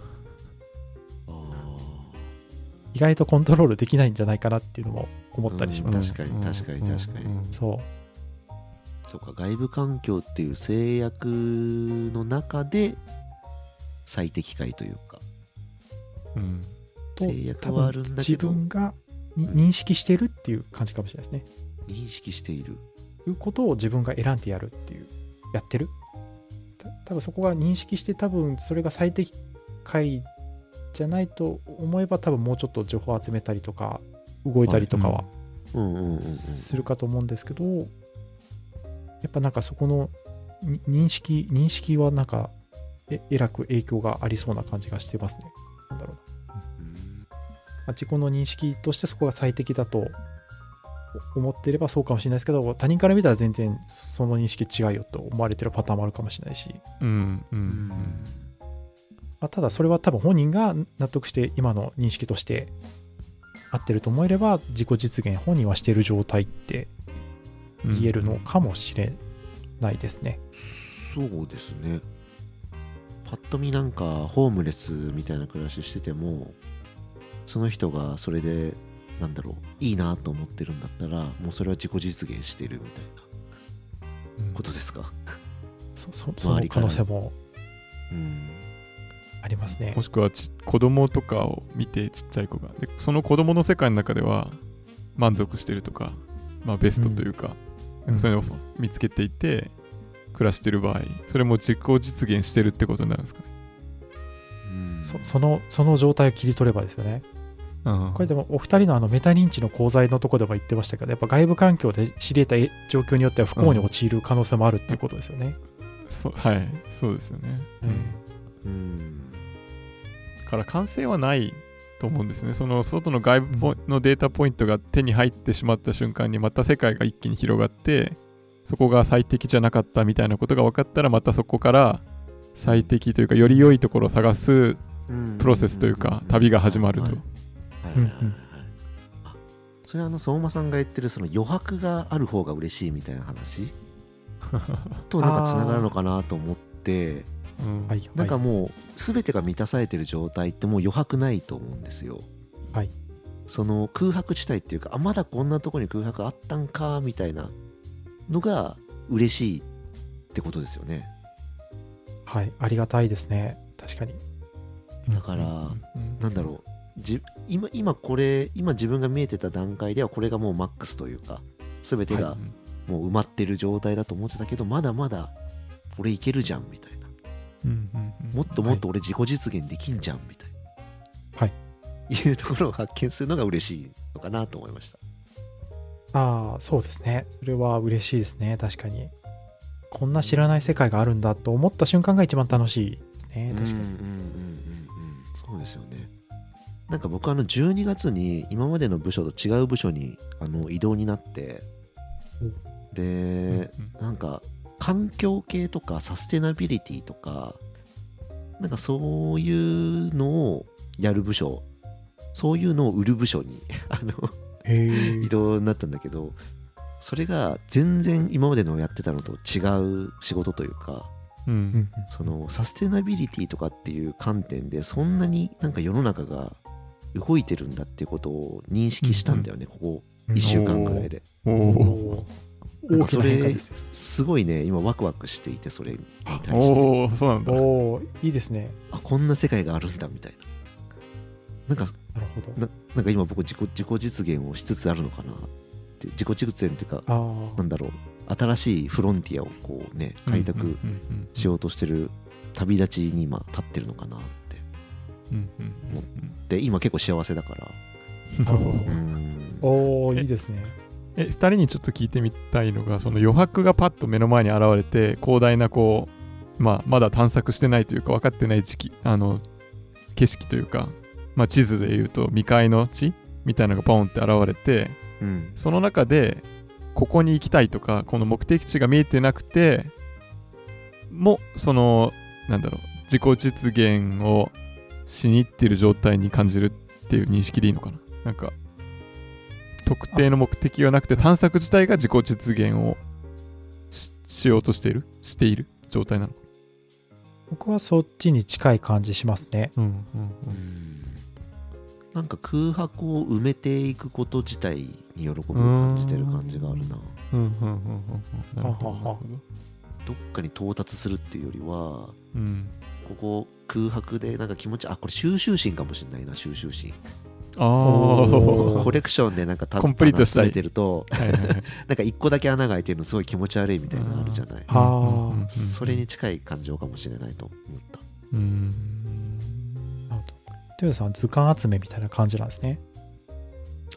意外とコントロールできないんじゃないかなっていうのも思ったりします。 確かに確かに確かに、うんうん、 そうそうか外部環境っていう制約の中で最適解というか、 うん、 制約はあるんだけど自分が認識しているっていう感じかもしれないですね。 認識しているいうことを自分が選んでやるっていうやってる多分そこが認識して多分それが最適解じゃないと思えば多分もうちょっと情報を集めたりとか動いたりとかはうんうんうんうんするかと思うんですけど、やっぱなんかそこのに認識認識はなんかええらく影響がありそうな感じがしてますね。なんだろうな、 うんまあ、自己の認識としてそこが最適だと思っていればそうかもしれないですけど、他人から見たら全然その認識違うよと思われてるパターンもあるかもしれないし、 うんうんううんんまあ、ただそれは多分本人が納得して今の認識として合ってると思えれば自己実現本人はしている状態って言えるのかもしれないですね。 そうですね。パッと見なんかホームレスみたいな暮らししてても、その人がそれでなんだろういいなと思ってるんだったら、もうそれは自己実現してるみたいなことですか。 そ, そ, その可能性もうんありますね。 もしくはち子供とかを見て、ちっちゃい子がでその子供の世界の中では満足してるとか、まあ、ベストというか、 うんなんかそういうのを見つけていて暮らしてる場合、それも自己実現してるってことになるんですかね。 うんそそのその状態を切り取ればですよね。 うんこれでもお二人のあのメタ認知の功罪のところでも言ってましたけど、やっぱ外部環境で知り得た状況によっては不幸に陥る可能性もあるっていうことですよね。 そはいそうですよね。 うんうんから完成はないと思うんですね。その外の外部ポイのデータポイントが手に入ってしまった瞬間にまた世界が一気に広がって、そこが最適じゃなかったみたいなことが分かったら、またそこから最適というかより良いところを探すうんプロセスというか旅が始まると。 はいはいはいはいはいあそれはあの相馬さんが言ってるその余白がある方が嬉しいみたいな話となんかつながるのかなと思って、 うんはいはい、 なんかもう全てが満たされてる状態ってもう余白ないと思うんですよ。 はいその空白地帯っていうか、あまだこんなとこに空白あったんかみたいなのが嬉しいってことですよね。 はい、ありがたいですね。確かに。 だからなんだろうじ今今これ今自分が見えてた段階ではこれがもうマックスというか全てがもう埋まってる状態だと思ってたけど、まだまだ俺いけるじゃんみたいな、 うんうんうんもっともっと俺自己実現できんじゃんみたいな、 はいいうところを発見するのが嬉しいのかなと思いました。 ああ、そうですね。それは嬉しいですね。確かに。こんな知らない世界があるんだと思った瞬間が一番楽しいですね。確かに。 うんうんうんうんうんそうですよね。なんか僕あのじゅうにがつに今までの部署と違う部署にあの異動になって、で、 うんなんか環境系とかサステナビリティとかなんかそういうのをやる部署、そういうのを売る部署にあのへ移動になったんだけど、それが全然今までのやってたのと違う仕事というか、 うんうんそのサステナビリティとかっていう観点でそんなになんか世の中が動いてるんだっていうことを認識したんだよね、ここいっしゅうかんぐらいで。 おお大きな変化ですよ。 すごいね今ワクワクしていて、それに対しておおそうなんだ。 おお、いいですね。 あこんな世界があるんだみたいな、なんかなるほど。 ななんか今僕自己自己実現をしつつあるのかなって自己実現っていうか、 ああ、 なんだろう新しいフロンティアをこうね開拓うんうんうんしようとしてる旅立ちに今立ってるのかなってうんうんで、今結構幸せだからなるほどうーんおお、いいですね。 えふたりにちょっと聞いてみたいのが、その余白がパッと目の前に現れて広大なこう、まあ、まだ探索してないというか分かってない時期あの景色というか、まあ、地図でいうと未開の地みたいなのがポンって現れて、 うんその中でここに行きたいとかこの目的地が見えてなくてもそのなんだろう自己実現をしに行っている状態に感じるっていう認識でいいのかな。なんか特定の目的がなくて探索自体が自己実現を し, しようとしているしている状態なのか。 僕はそっちに近い感じしますね。 うんうんうんなんか空白を埋めていくこと自体に喜びを感じてる感じがあるな。 うんうんうんうんうんなるほどはははなるほどっかに到達するっていうよりはど。うんここ空白でなんか気持ちあこれ収集心かもしれないな。収集心あおーあコレクションでなんかたコンプリートしたい集めてるとはいはいはいなんか一個だけ穴が開いてるのすごい気持ち悪いみたいなのあるじゃない。 あーうんうんうんうんそれに近い感情かもしれないと思った。 うんなるほど。豊田さん、図鑑集めみたいな感じなんですね。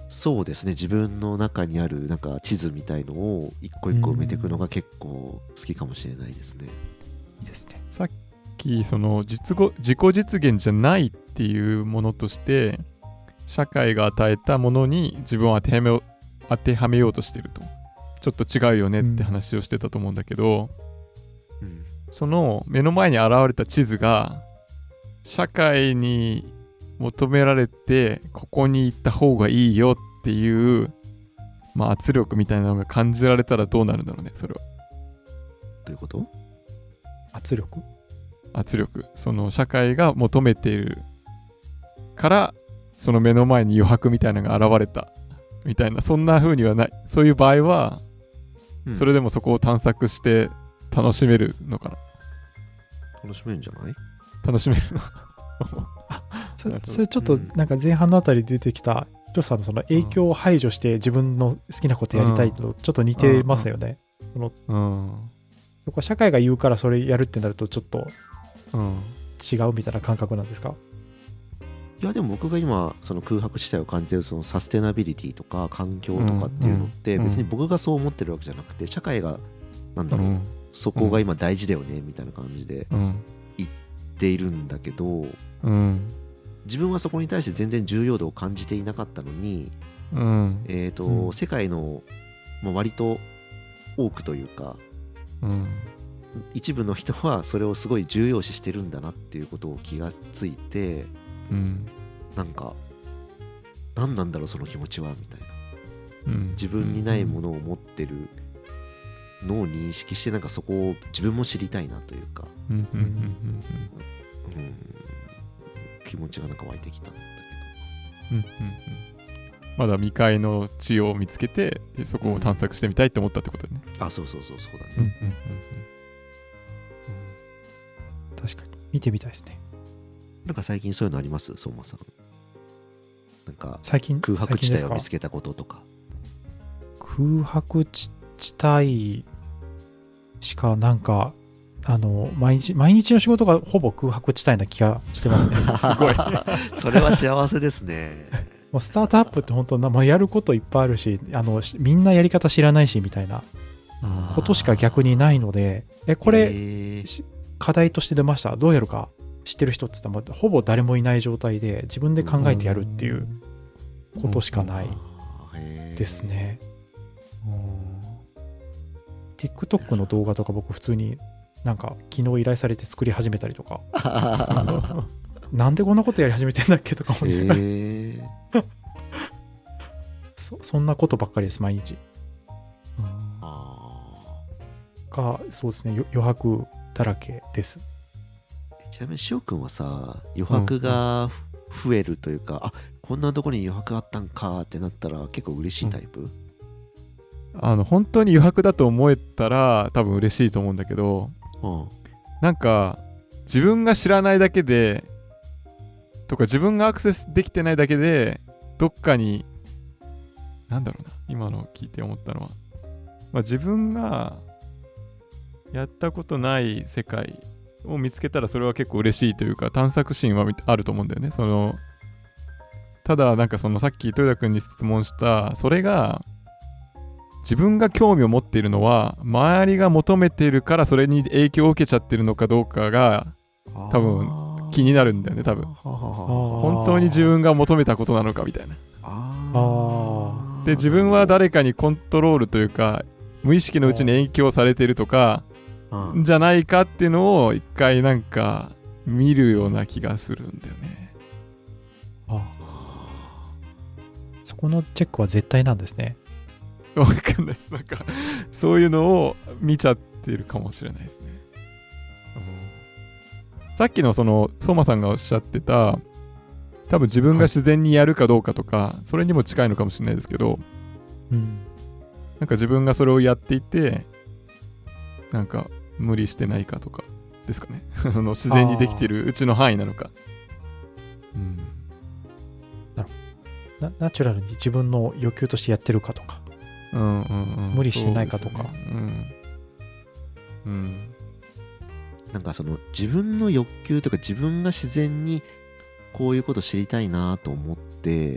そうですね、自分の中にあるなんか地図みたいのを一個一個埋めていくのが結構好きかもしれないですね。 いいですね。 さっきその実語自己実現じゃないっていうものとして社会が与えたものに自分を当てはめよ当てはめようとしてると、ちょっと違うよねって話をしてたと思うんだけど、 うん、 その目の前に現れた地図が社会に求められてここに行った方がいいよっていう、まあ、圧力みたいなのが感じられたらどうなるんだろうね。それはどういうこと？ 圧力圧力その社会が求めているからその目の前に余白みたいなのが現れたみたいな、そんな風にはない。そういう場合は、うん、それでもそこを探索して楽しめるのかな。 楽しめるんじゃない？ 楽しめるのそ, それちょっとなんか前半のあたり出てきたヒロさんのその影響を排除して自分の好きなことやりたいとちょっと似てますよね。その、うん、そこは社会が言うからそれやるってなるとちょっと違うみたいな感覚なんですか？ いやでも僕が今その空白地帯を感じてるそのサステナビリティとか環境とかっていうのって別に僕がそう思ってるわけじゃなくて社会がなんだろう、うん、そこが今大事だよねみたいな感じで言っているんだけど、うん、自分はそこに対して全然重要度を感じていなかったのに、うんえーとうん、世界の、まあ、割と多くというか、うん、一部の人はそれをすごい重要視してるんだなっていうことを気がついて、うん、なんか何なんだろうその気持ちはみたいな、うん、自分にないものを持ってるのを認識してなんかそこを自分も知りたいなというか、うんうんうんうん、気持ちがなんか湧いてきたんだけど、うんうんうん、 まだ未開の地を見つけてそこを探索してみたいって思ったってことね、 うん、あそうそうそうそうだね、うんうんうんうん、確かに見てみたいですね。 なんか最近そういうのあります相馬さん？なんか最近空白地帯を見つけたこととか。 空白地帯しかなんかあの毎日毎日の仕事がほぼ空白地帯な気がしてますね。すごいそれは幸せですね。 もうスタートアップって本当な、まあ、やることいっぱいあるしあのみんなやり方知らないしみたいなことしか逆にないので、えこれ課題として出ましたどうやるか知ってる人って言ったらほぼ誰もいない状態で自分で考えてやるっていうことしかないですね。TikTok の動画とか僕普通になんか昨日依頼されて作り始めたりとかなんでこんなことやり始めてんだっけとか思ってそ, そんなことばっかりです毎日、うん、かそうですね余白だらけです。 ちなみにしおくんはさ余白が増えるというか、うん、あこんなとこに余白あったんかってなったら結構嬉しいタイプ？うん、 あの本当に余白だと思えたら多分嬉しいと思うんだけど、うん、なんか自分が知らないだけでとか自分がアクセスできてないだけでどっかになんだろうな今の聞いて思ったのは、まあ、自分がやったことない世界を見つけたらそれは結構嬉しいというか探索心はあると思うんだよね。そのただなんかそのさっき豊田君に質問したそれが自分が興味を持っているのは周りが求めているからそれに影響を受けちゃってるのかどうかが多分気になるんだよね。多分本当に自分が求めたことなのかみたいな。あで自分は誰かにコントロールというか無意識のうちに影響されているとかじゃないかっていうのを一回なんか見るような気がするんだよね。 あそこのチェックは絶対なんですね。 わかんない。なんかそういうのを見ちゃってるかもしれないですね。うん、さっきのその相馬さんがおっしゃってた多分自分が自然にやるかどうかとか、はい、それにも近いのかもしれないですけど、うん、なんか自分がそれをやっていてなんか無理してないかとかですかね。の自然にできてるうちの範囲なのか、うん、 なるほど。なナチュラルに自分の欲求としてやってるかとか、うんうんうん、無理してないかとか、ねうんうん、なんかその自分の欲求とか自分が自然にこういうこと知りたいなと思って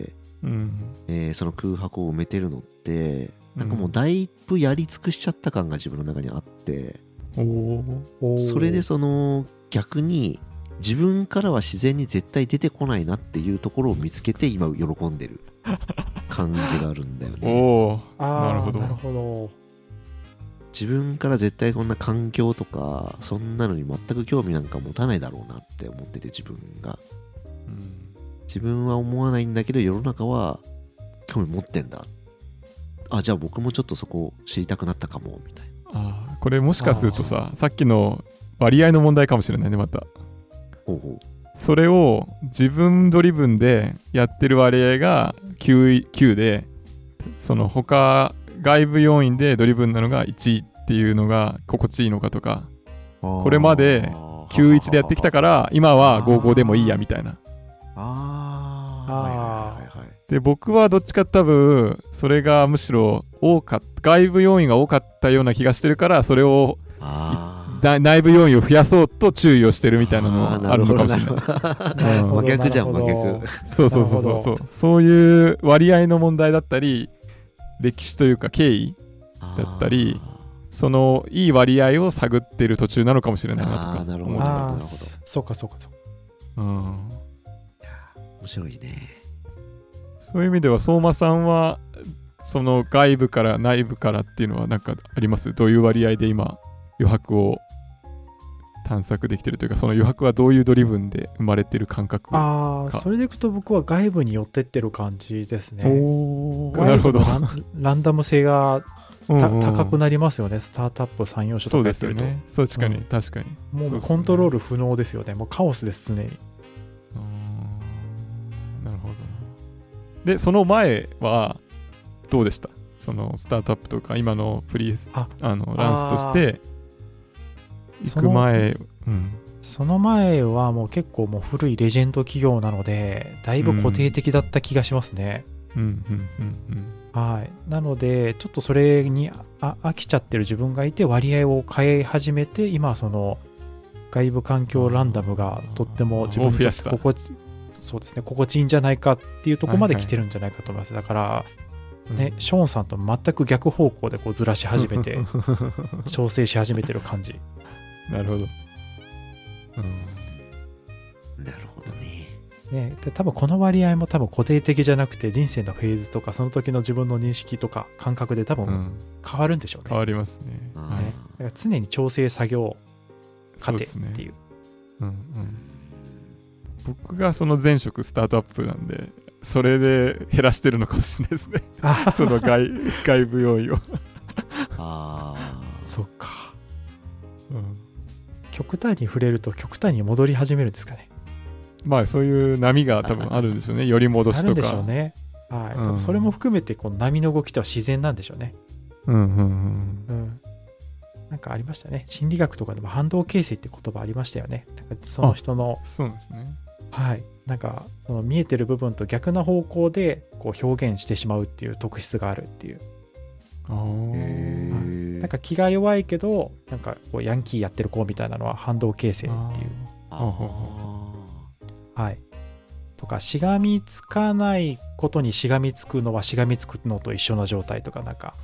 うんえーその空白を埋めてるのってなんかもうだいぶやり尽くしちゃった感が自分の中にあって、 おおおーそれでその逆に自分からは自然に絶対出てこないなっていうところを見つけて今喜んでる感じがあるんだよおね。 おあーなるほどなるほど。 自分から絶対こんな環境とかそんなのに全く興味なんか持たないだろうなって思ってて、自分がうん自分は思わないんだけど世の中は興味持ってんだ、あじゃあ僕もちょっとそこ知りたくなったかもみたいな。 あーこれもしかするとさ、さっきの割合の問題かもしれないね。またほうほうそれを自分ドリブンでやってる割合が きゅう, きゅうで、その他外部要因でドリブンなのがいちっていうのが心地いいのかとか、これまできゅういちでやってきたから今はごごでもいいやみたいな。 あああーはいはいはいはい。 で僕はどっちか多分それがむしろ多かった外部要因が多かったような気がしてるから、それをあだ内部要因を増やそうと注意をしてるみたいなのーもあるのかもしれない。 なるほど真逆じゃんなるほど真逆。 そうそうそうそうそなるほうそういう割合の問題だったり、歴史というか経緯だったり、そのいい割合を探ってる途中なのかもしれないなとかあーなるほど思ってた。 ああなるほどそうかそうかそうか。 うん面白いね。 そういう意味では相馬さんはその外部から内部からっていうのは何かあります？どういう割合で今余白を探索できてるというか、その余白はどういうドリブンで生まれてる感覚？かああそれでいくと僕は外部に寄ってってる感じですね。 おーなるほど。 外部のランランダム性がたうんうん高くなりますよね。スタートアップさん、よんしょそうとかやってると、 ですよね。そう確かに、 うん確かに。 もそううですねコントロール不能ですよね。もうカオスです常に。 あーなるほどな。でその前はどうでした？そのスタートアップとか今のフリースああのランスとして行そのく前、うん、 その前はもう結構もう古いレジェンド企業なのでだいぶ固定的だった気がしますね。 うんうんうんはい、なのでちょっとそれにあ飽きちゃってる自分がいて割合を変え始めて、今はその外部環境ランダムがとっても自分にとって心地そうですね心地いいんじゃないかっていうところまで来てるんじゃないかと思います。だからうん。 ね、ショーンさんと全く逆方向でこうずらし始めて調整し始めてる感じ。 なるほど。うんなるほどね。 ね、で多分この割合も多分固定的じゃなくて人生のフェーズとかその時の自分の認識とか感覚で多分うん、 変わるんでしょうね。 変わりますね。 あーはいねだから常に調整作業過程そうですねっていう。 うんうん、僕がその前職スタートアップなんで、それで減らしてるのかもしれないですね。 あその外外部要因を。 あそっか。 うん極端に触れると極端に戻り始めるんですかね。 まあそういう波が多分あるんでしょうね。より戻あるんでしとか。 しょうね。はい。 うん多分それも含めてこの波の動きとは自然なんでしょうね。 うんうんうん。 うん。なんかありましたね。心理学とかでも反動形成って言葉ありましたよね。なんかその人の、 そうですね。 はい。なんかその見えてる部分と逆な方向でこう表現してしまうっていう特質があるっていう。 あーーへえ。 なんか気が弱いけど、なんかこうヤンキーやってる子みたいなのは反動形成っていう。 あほうほうーはい。とか、しがみつかないことにしがみつくのはしがみつくのと一緒の状態とか、なんか、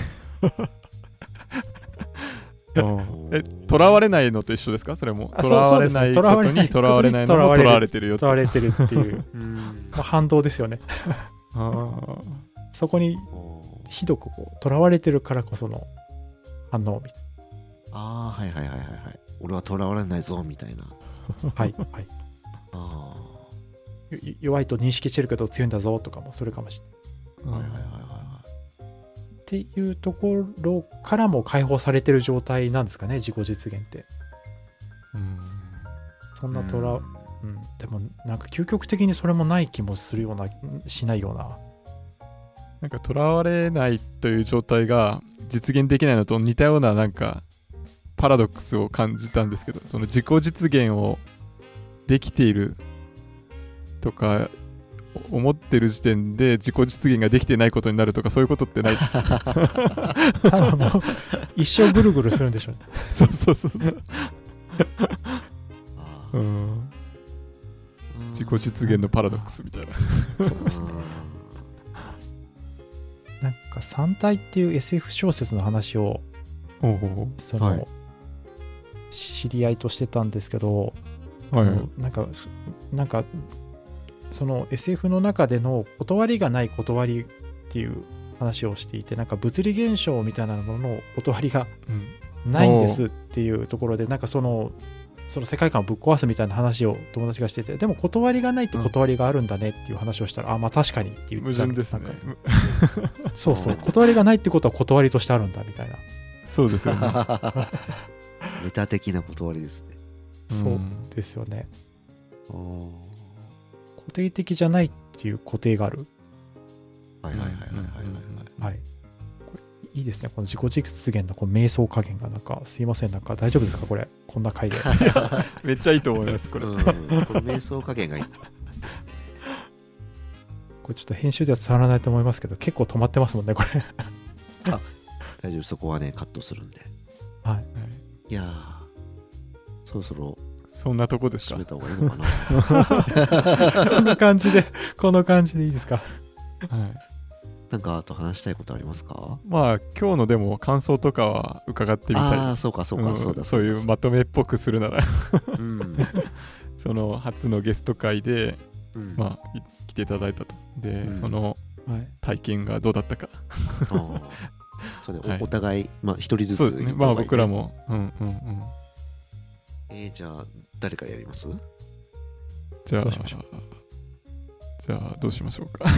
うんえ、とらわれないのと一緒ですか？それも。 あとらわれないことにとらわれないのもとらわれてるよって。 取られてるっていう、 うんまあ、反動ですよね。 あーそこにおーひどくこう、とらわれてるからこその反応みたいあーはいはいはいはいはい。俺は囚われないぞみたいな。 な。はい。はい。 あよ弱いと認識してるけど強いんだぞとかもそれかもしれない。 あはいはいはいはいはい。 っていうところからも解放されてる状態なんですかね、自己実現って。 うんそんなとら、 うんうん、でもなんか究極的にそれもない気もするような、しないような。 なんかとらわれないという状態が実現できないのと似たようななんかパラドックスを感じたんですけど、その自己実現をできているとか思ってる時点で自己実現ができてないことになるとか、そういうことってないですか？ 多分もう一生ぐるぐるするんでしょうね。 そうそうそうそう、 あーうん、自己実現のパラドックスみたいな。 そうですね。 なんか三体っていう エスエフ 小説の話をおうおうその、 はい、 知り合いとしてたんですけど、 はいあのなんかなんかその エスエフ の中での断りがない断りっていう話をしていて、なんか物理現象みたいなものの断りがうんないんですっていうところで、なんかそのその世界観をぶっ壊すみたいな話を友達がしてて、でも断りがないと断りがあるんだねっていう話をしたら、うん、あまあ確かにっていう矛盾ですね。 そうそう、断りがないってことは断りとしてあるんだみたいな。 そうですよね。 メタ的な断りですね。 そうですよね。 うん、 固定的じゃないっていう固定がある。 はいはいはいはいはいはい。 はい。これいいですね。この自己実現のこの瞑想加減がなんかすいません、なんか大丈夫ですかこれ、こんな回で。 めっちゃいいと思いますこれ。 うん、この瞑想加減がいい。 これちょっと編集では伝わらないと思いますけど、結構止まってますもんねこれ。 あ、大丈夫、そこはねカットするんで。 はい。 いやー、そろそろそんなとこですか。 締めた方がいいのかな。 こんな感じで、この感じでいいですか。はい。 なんかあと話したいことありますか？ まあ今日のでも感想とかは伺ってみたい。 ああ、そうかそうか、うん、そうだそういうまとめっぽくするなら、 うん、 その初のゲスト会で、うん、まあ来ていただいたと。で、うん、その体験がどうだったか。 はい、それ、はい、お互いまあ一人ずつ、 そうですね。まあ僕らも、うんうんうん。 えー、じゃあ誰からやります？ じゃあどうしましょう。 じゃあどうしましょうか。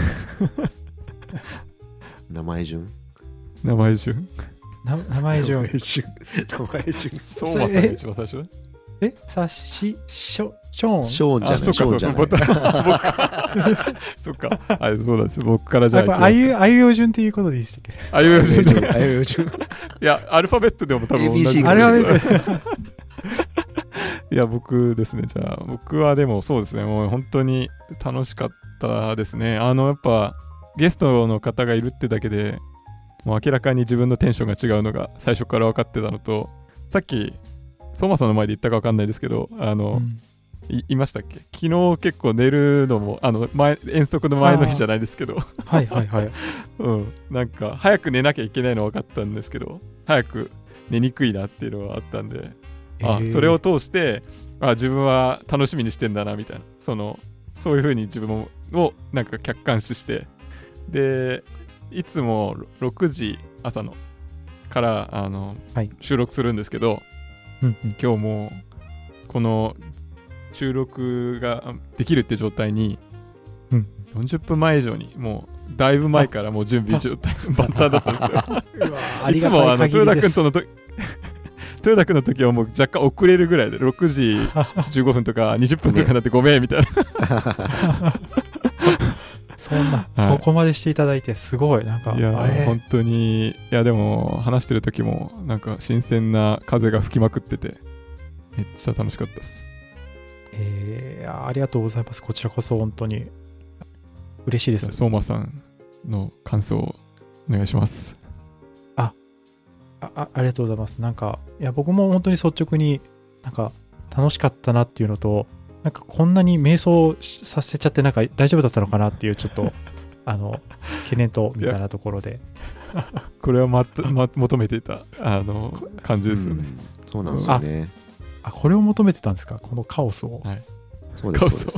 名前順名前順名前順名前順名前順相馬さんが一番最初。 えさしショショーンショーンじゃない。 あ、そっかそっか僕そっかあれそうなんです。僕からじゃああいうあいうよ順っていうことでいいでしたっけ？ あいうよ順あいうよ順いやアルファベットでも多分同じ。 アルファベットいや僕ですね。じゃあ僕はでもそうですね、もう本当に楽しかったですね。あのやっぱゲストの方がいるってだけでもう明らかに自分のテンションが違うのが最初から分かってたのと、さっき相馬さんの前で言ったか分かんないですけど、あの、うん、い, いましたっけ、昨日結構寝るのもあの前遠足の前の日じゃないですけどはいはいはい、 うん、なんか早く寝なきゃいけないの分かったんですけど、早く寝にくいなっていうのはあったんで、えー、あそれを通してあ自分は楽しみにしてんだなみたいな、そのそういう風に自分をなんか客観視して、でいつもろくじ朝のからあの、はい、収録するんですけど、うんうん、今日もこの収録ができるって状態に、うん、よんじゅっぷんまえ以上にもうだいぶ前からもう準備状態バッターだったんですよいつもあの豊田君とのと豊田君の時はもう若干遅れるぐらいでろくじじゅうごふんとかにじゅっぷんとかになってごめんみたいなそんな、はい、そこまでしていただいてすごいなんか、 いや本当に、いやでも話してる時もなんか新鮮な風が吹きまくっててめっちゃ楽しかったです。 えー、ありがとうございます。こちらこそ本当に嬉しいです。 相馬さんの感想をお願いします。 ああ、ありがとうございます。なんかいや僕も本当に率直になんか楽しかったなっていうのと、なんかこんなに迷走させちゃってなんか大丈夫だったのかなっていうちょっとあの懸念とみたいなところでこれは、まま、求めていたあの感じですよね、 うん、そうなんですよね。 あ, あこれを求めてたんですか、このカオスを。 はい、そうですそうです。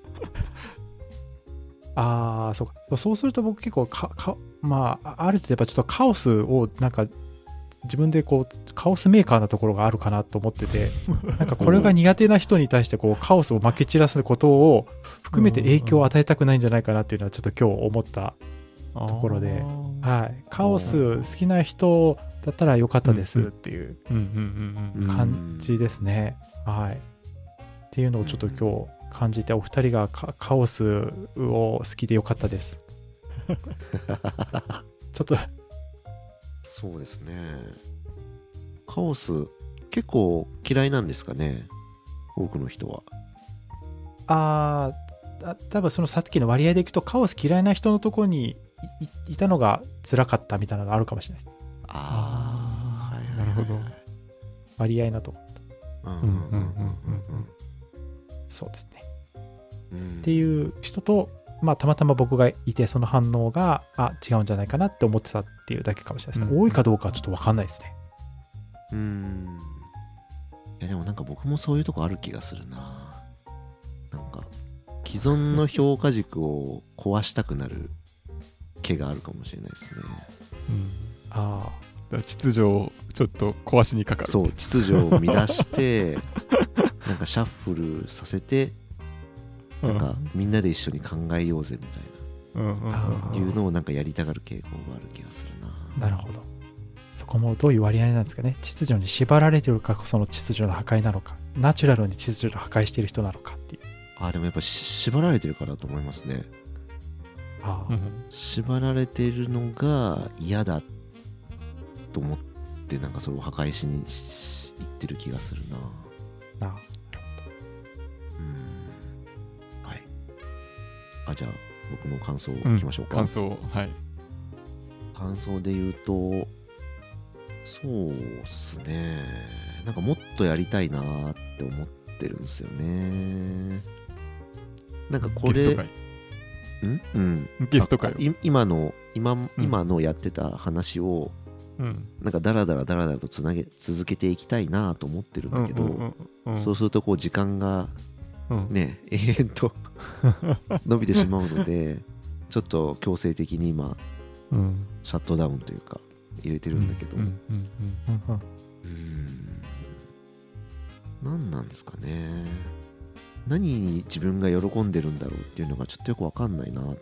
ああそうか。そうすると僕結構かかまあある程度やっぱちょっとカオスをなんか自分でこうカオスメーカーなところがあるかなと思っててなんかこれが苦手な人に対してこうカオスをまき散らすことを含めて影響を与えたくないんじゃないかなっていうのはちょっと今日思ったところで、はい、カオス好きな人だったらよかったですっていう感じですね。はい、っていうのをちょっと今日感じて、お二人がカオスを好きでよかったですちょっとそうですね。カオス結構嫌いなんですかね、多くの人は。 ああ、多分そのさっきの割合でいくとカオス嫌いな人のところに い, いたのが辛かったみたいなのがあるかもしれないです。 ああ、はい、なるほど。 割合なところ。うんうんうんうんうん。 そうですね。 うん、 っていう人と、 まあたまたま僕がいてその反応があ違うんじゃないかなって思ってたっていうだけかもしれないですね、うん、多いかどうかはちょっと分かんないですね。 うーん、いやでもなんか僕もそういうとこある気がするな。なんか既存の評価軸を壊したくなる気があるかもしれないですね、 うん、 ああ秩序をちょっと壊しにかかる。 そう秩序を乱してなんかシャッフルさせてなんかみんなで一緒に考えようぜみたいな、うん、いうのをなんかやりたがる傾向がある気がするな。 なるほど。そこもどういう割合なんですかね。秩序に縛られているかその秩序の破壊なのか、ナチュラルに秩序を破壊している人なのかっていう。 あでもやっぱ縛られてるからだと思いますね。 ああ縛られてるのが嫌だと思ってなんかそれを破壊しにいってる気がするな。 ああうんはい。あじゃあ僕の感想いきましょうか、 うん、感想はい感想で言うとそうっすね、なんかもっとやりたいなって思ってるんですよね。なんかこれゲスト会んうん、 ゲスト会今の 今, 今のやってた話を、うん、なんかダラダラダラダラとつなげ続けていきたいなと思ってるんだけど、うんうんうんうん、そうするとこう時間がね、うん、永遠と伸びてしまうのでちょっと強制的に今、うん、シャットダウンというか入れてるんだけど、うんうんうんうん、うーん何なんですかね。何に自分が喜んでるんだろうっていうのがちょっとよく分かんないなと思って。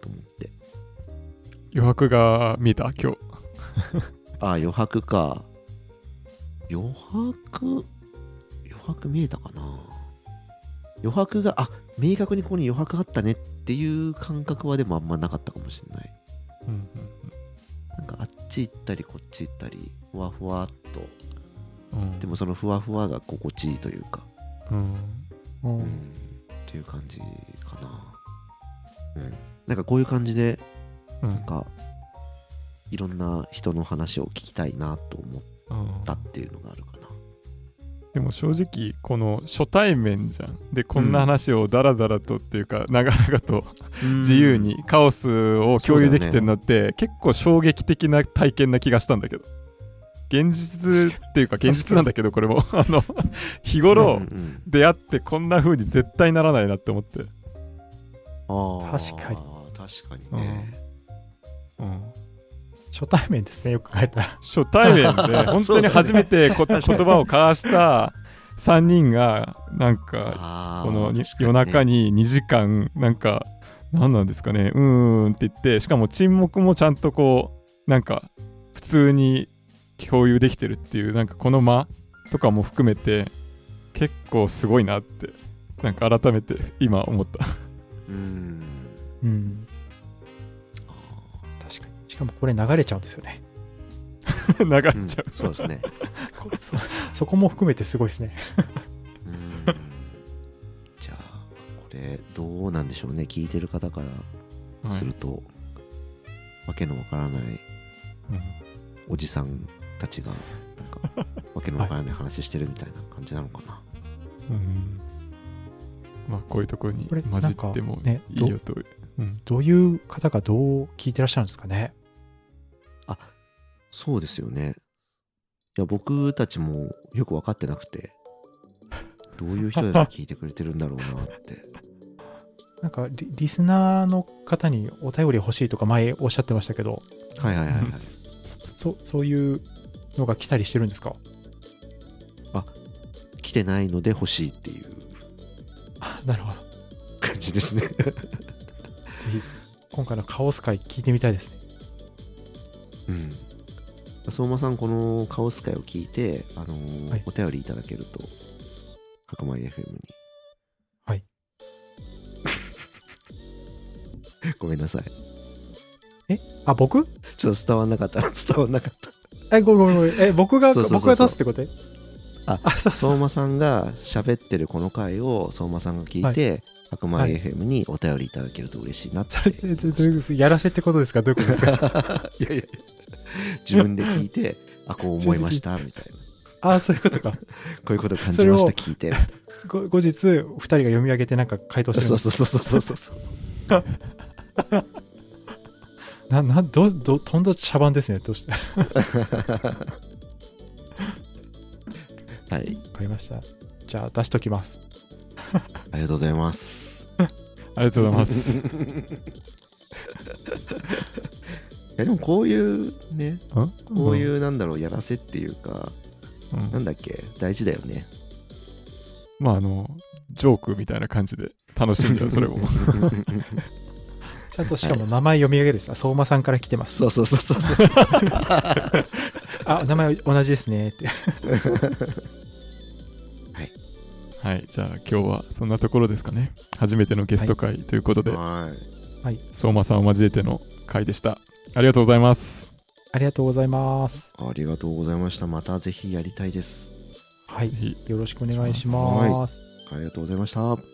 余白が見えた今日ああ余白か。余白余白見えたかな。余白があ明確にここに余白あったねっていう感覚はでもあんまなかったかもしれない、うんうんうん、なんかあっち行ったりこっち行ったりふわふわっと、うん、でもそのふわふわが心地いいというか、うんうんうん、っていう感じかな、うん、なんかこういう感じで、うん、なんかいろんな人の話を聞きたいなと思ったっていうのがあるかな。 でも正直この初対面じゃんでこんな話をダラダラとっていうか長々と自由にカオスを共有できてるのって結構衝撃的な体験な気がしたんだけど、現実っていうか現実なんだけどこれもあの日頃出会ってこんな風に絶対ならないなって思って。 あ確かに確かにね、 うん、うん初対面ですねよく考えたら。 初対面で本当に初めてこ、ね、言葉を交わしたさんにんがなんかこの夜中ににじかんなんか何なんですかねうーんって言って、しかも沈黙もちゃんとこうなんか普通に共有できてるっていうなんかこの間とかも含めて結構すごいなってなんか改めて今思った。 うーんうんしかもこれ流れちゃうんですよね流れちゃう、うん、 そうですねそ, そこも含めてすごいですねうんじゃあこれどうなんでしょうね、聞いてる方からすると、はい、わけのわからない、うん、おじさんたちがなんかわけのわからない話してるみたいな感じなのかな、はい、うんまあこういうところに混じってもいいよと、 ねど, うん、どういう方がどう聞いてらっしゃるんですかね。 あそうですよね。いや僕たちもよく分かってなくてどういう人が聞いてくれてるんだろうなってなんか リ, リスナーの方にお便り欲しいとか前おっしゃってましたけど、 はいはいはいはい、 そ, そういうのが来たりしてるんですか。 あ来てないので欲しいっていうあなるほど感じですねぜひ今回のカオス会聞いてみたいですね。 うん相馬さんこのカオス会を聞いて、あのーはい、お便りいただけると白米 エフエム にはいごめんなさい。 えあ僕ちょっと伝わんなかった伝わんなかったえごめんごめんえ僕がそうそうそうそう僕が出すってことああそうそう相馬さんが喋ってるこの回を相馬さんが聞いて、はい白米 エフエム にお便りいただけると嬉しいなって、はい、 やらせってことですかどういうことですかいやいや自分で聞いてあこう思いましたみたいなあそういうことかこういうこと感じました聞いて後日ふたりが読み上げてなんか回答してるそうそうそうそうそうそうななどどとんだ茶番ですね。どうして。 はい。 わかりました。じゃあ出しときます。 ありがとうございます。 ありがとうございます。いやでもこういうね、 ここういうなんだろう、やらせっていうか、 うん、 なんだっけ、大事だよね。 まああのジョークみたいな感じで楽しんだよそれを。 ちゃんとしかも名前読み上げるです。相馬さんから来てます。 そうそうそうそうそう。 あ、名前同じですねって。 はい、じゃあ今日はそんなところですかね。初めてのゲスト会ということで、 はい、 相馬さんを交えての会でした。ありがとうございます。 ありがとうございます。 ありがとうございました。またぜひやりたいです。 はい、よろしくお願いします。 はい、ありがとうございました。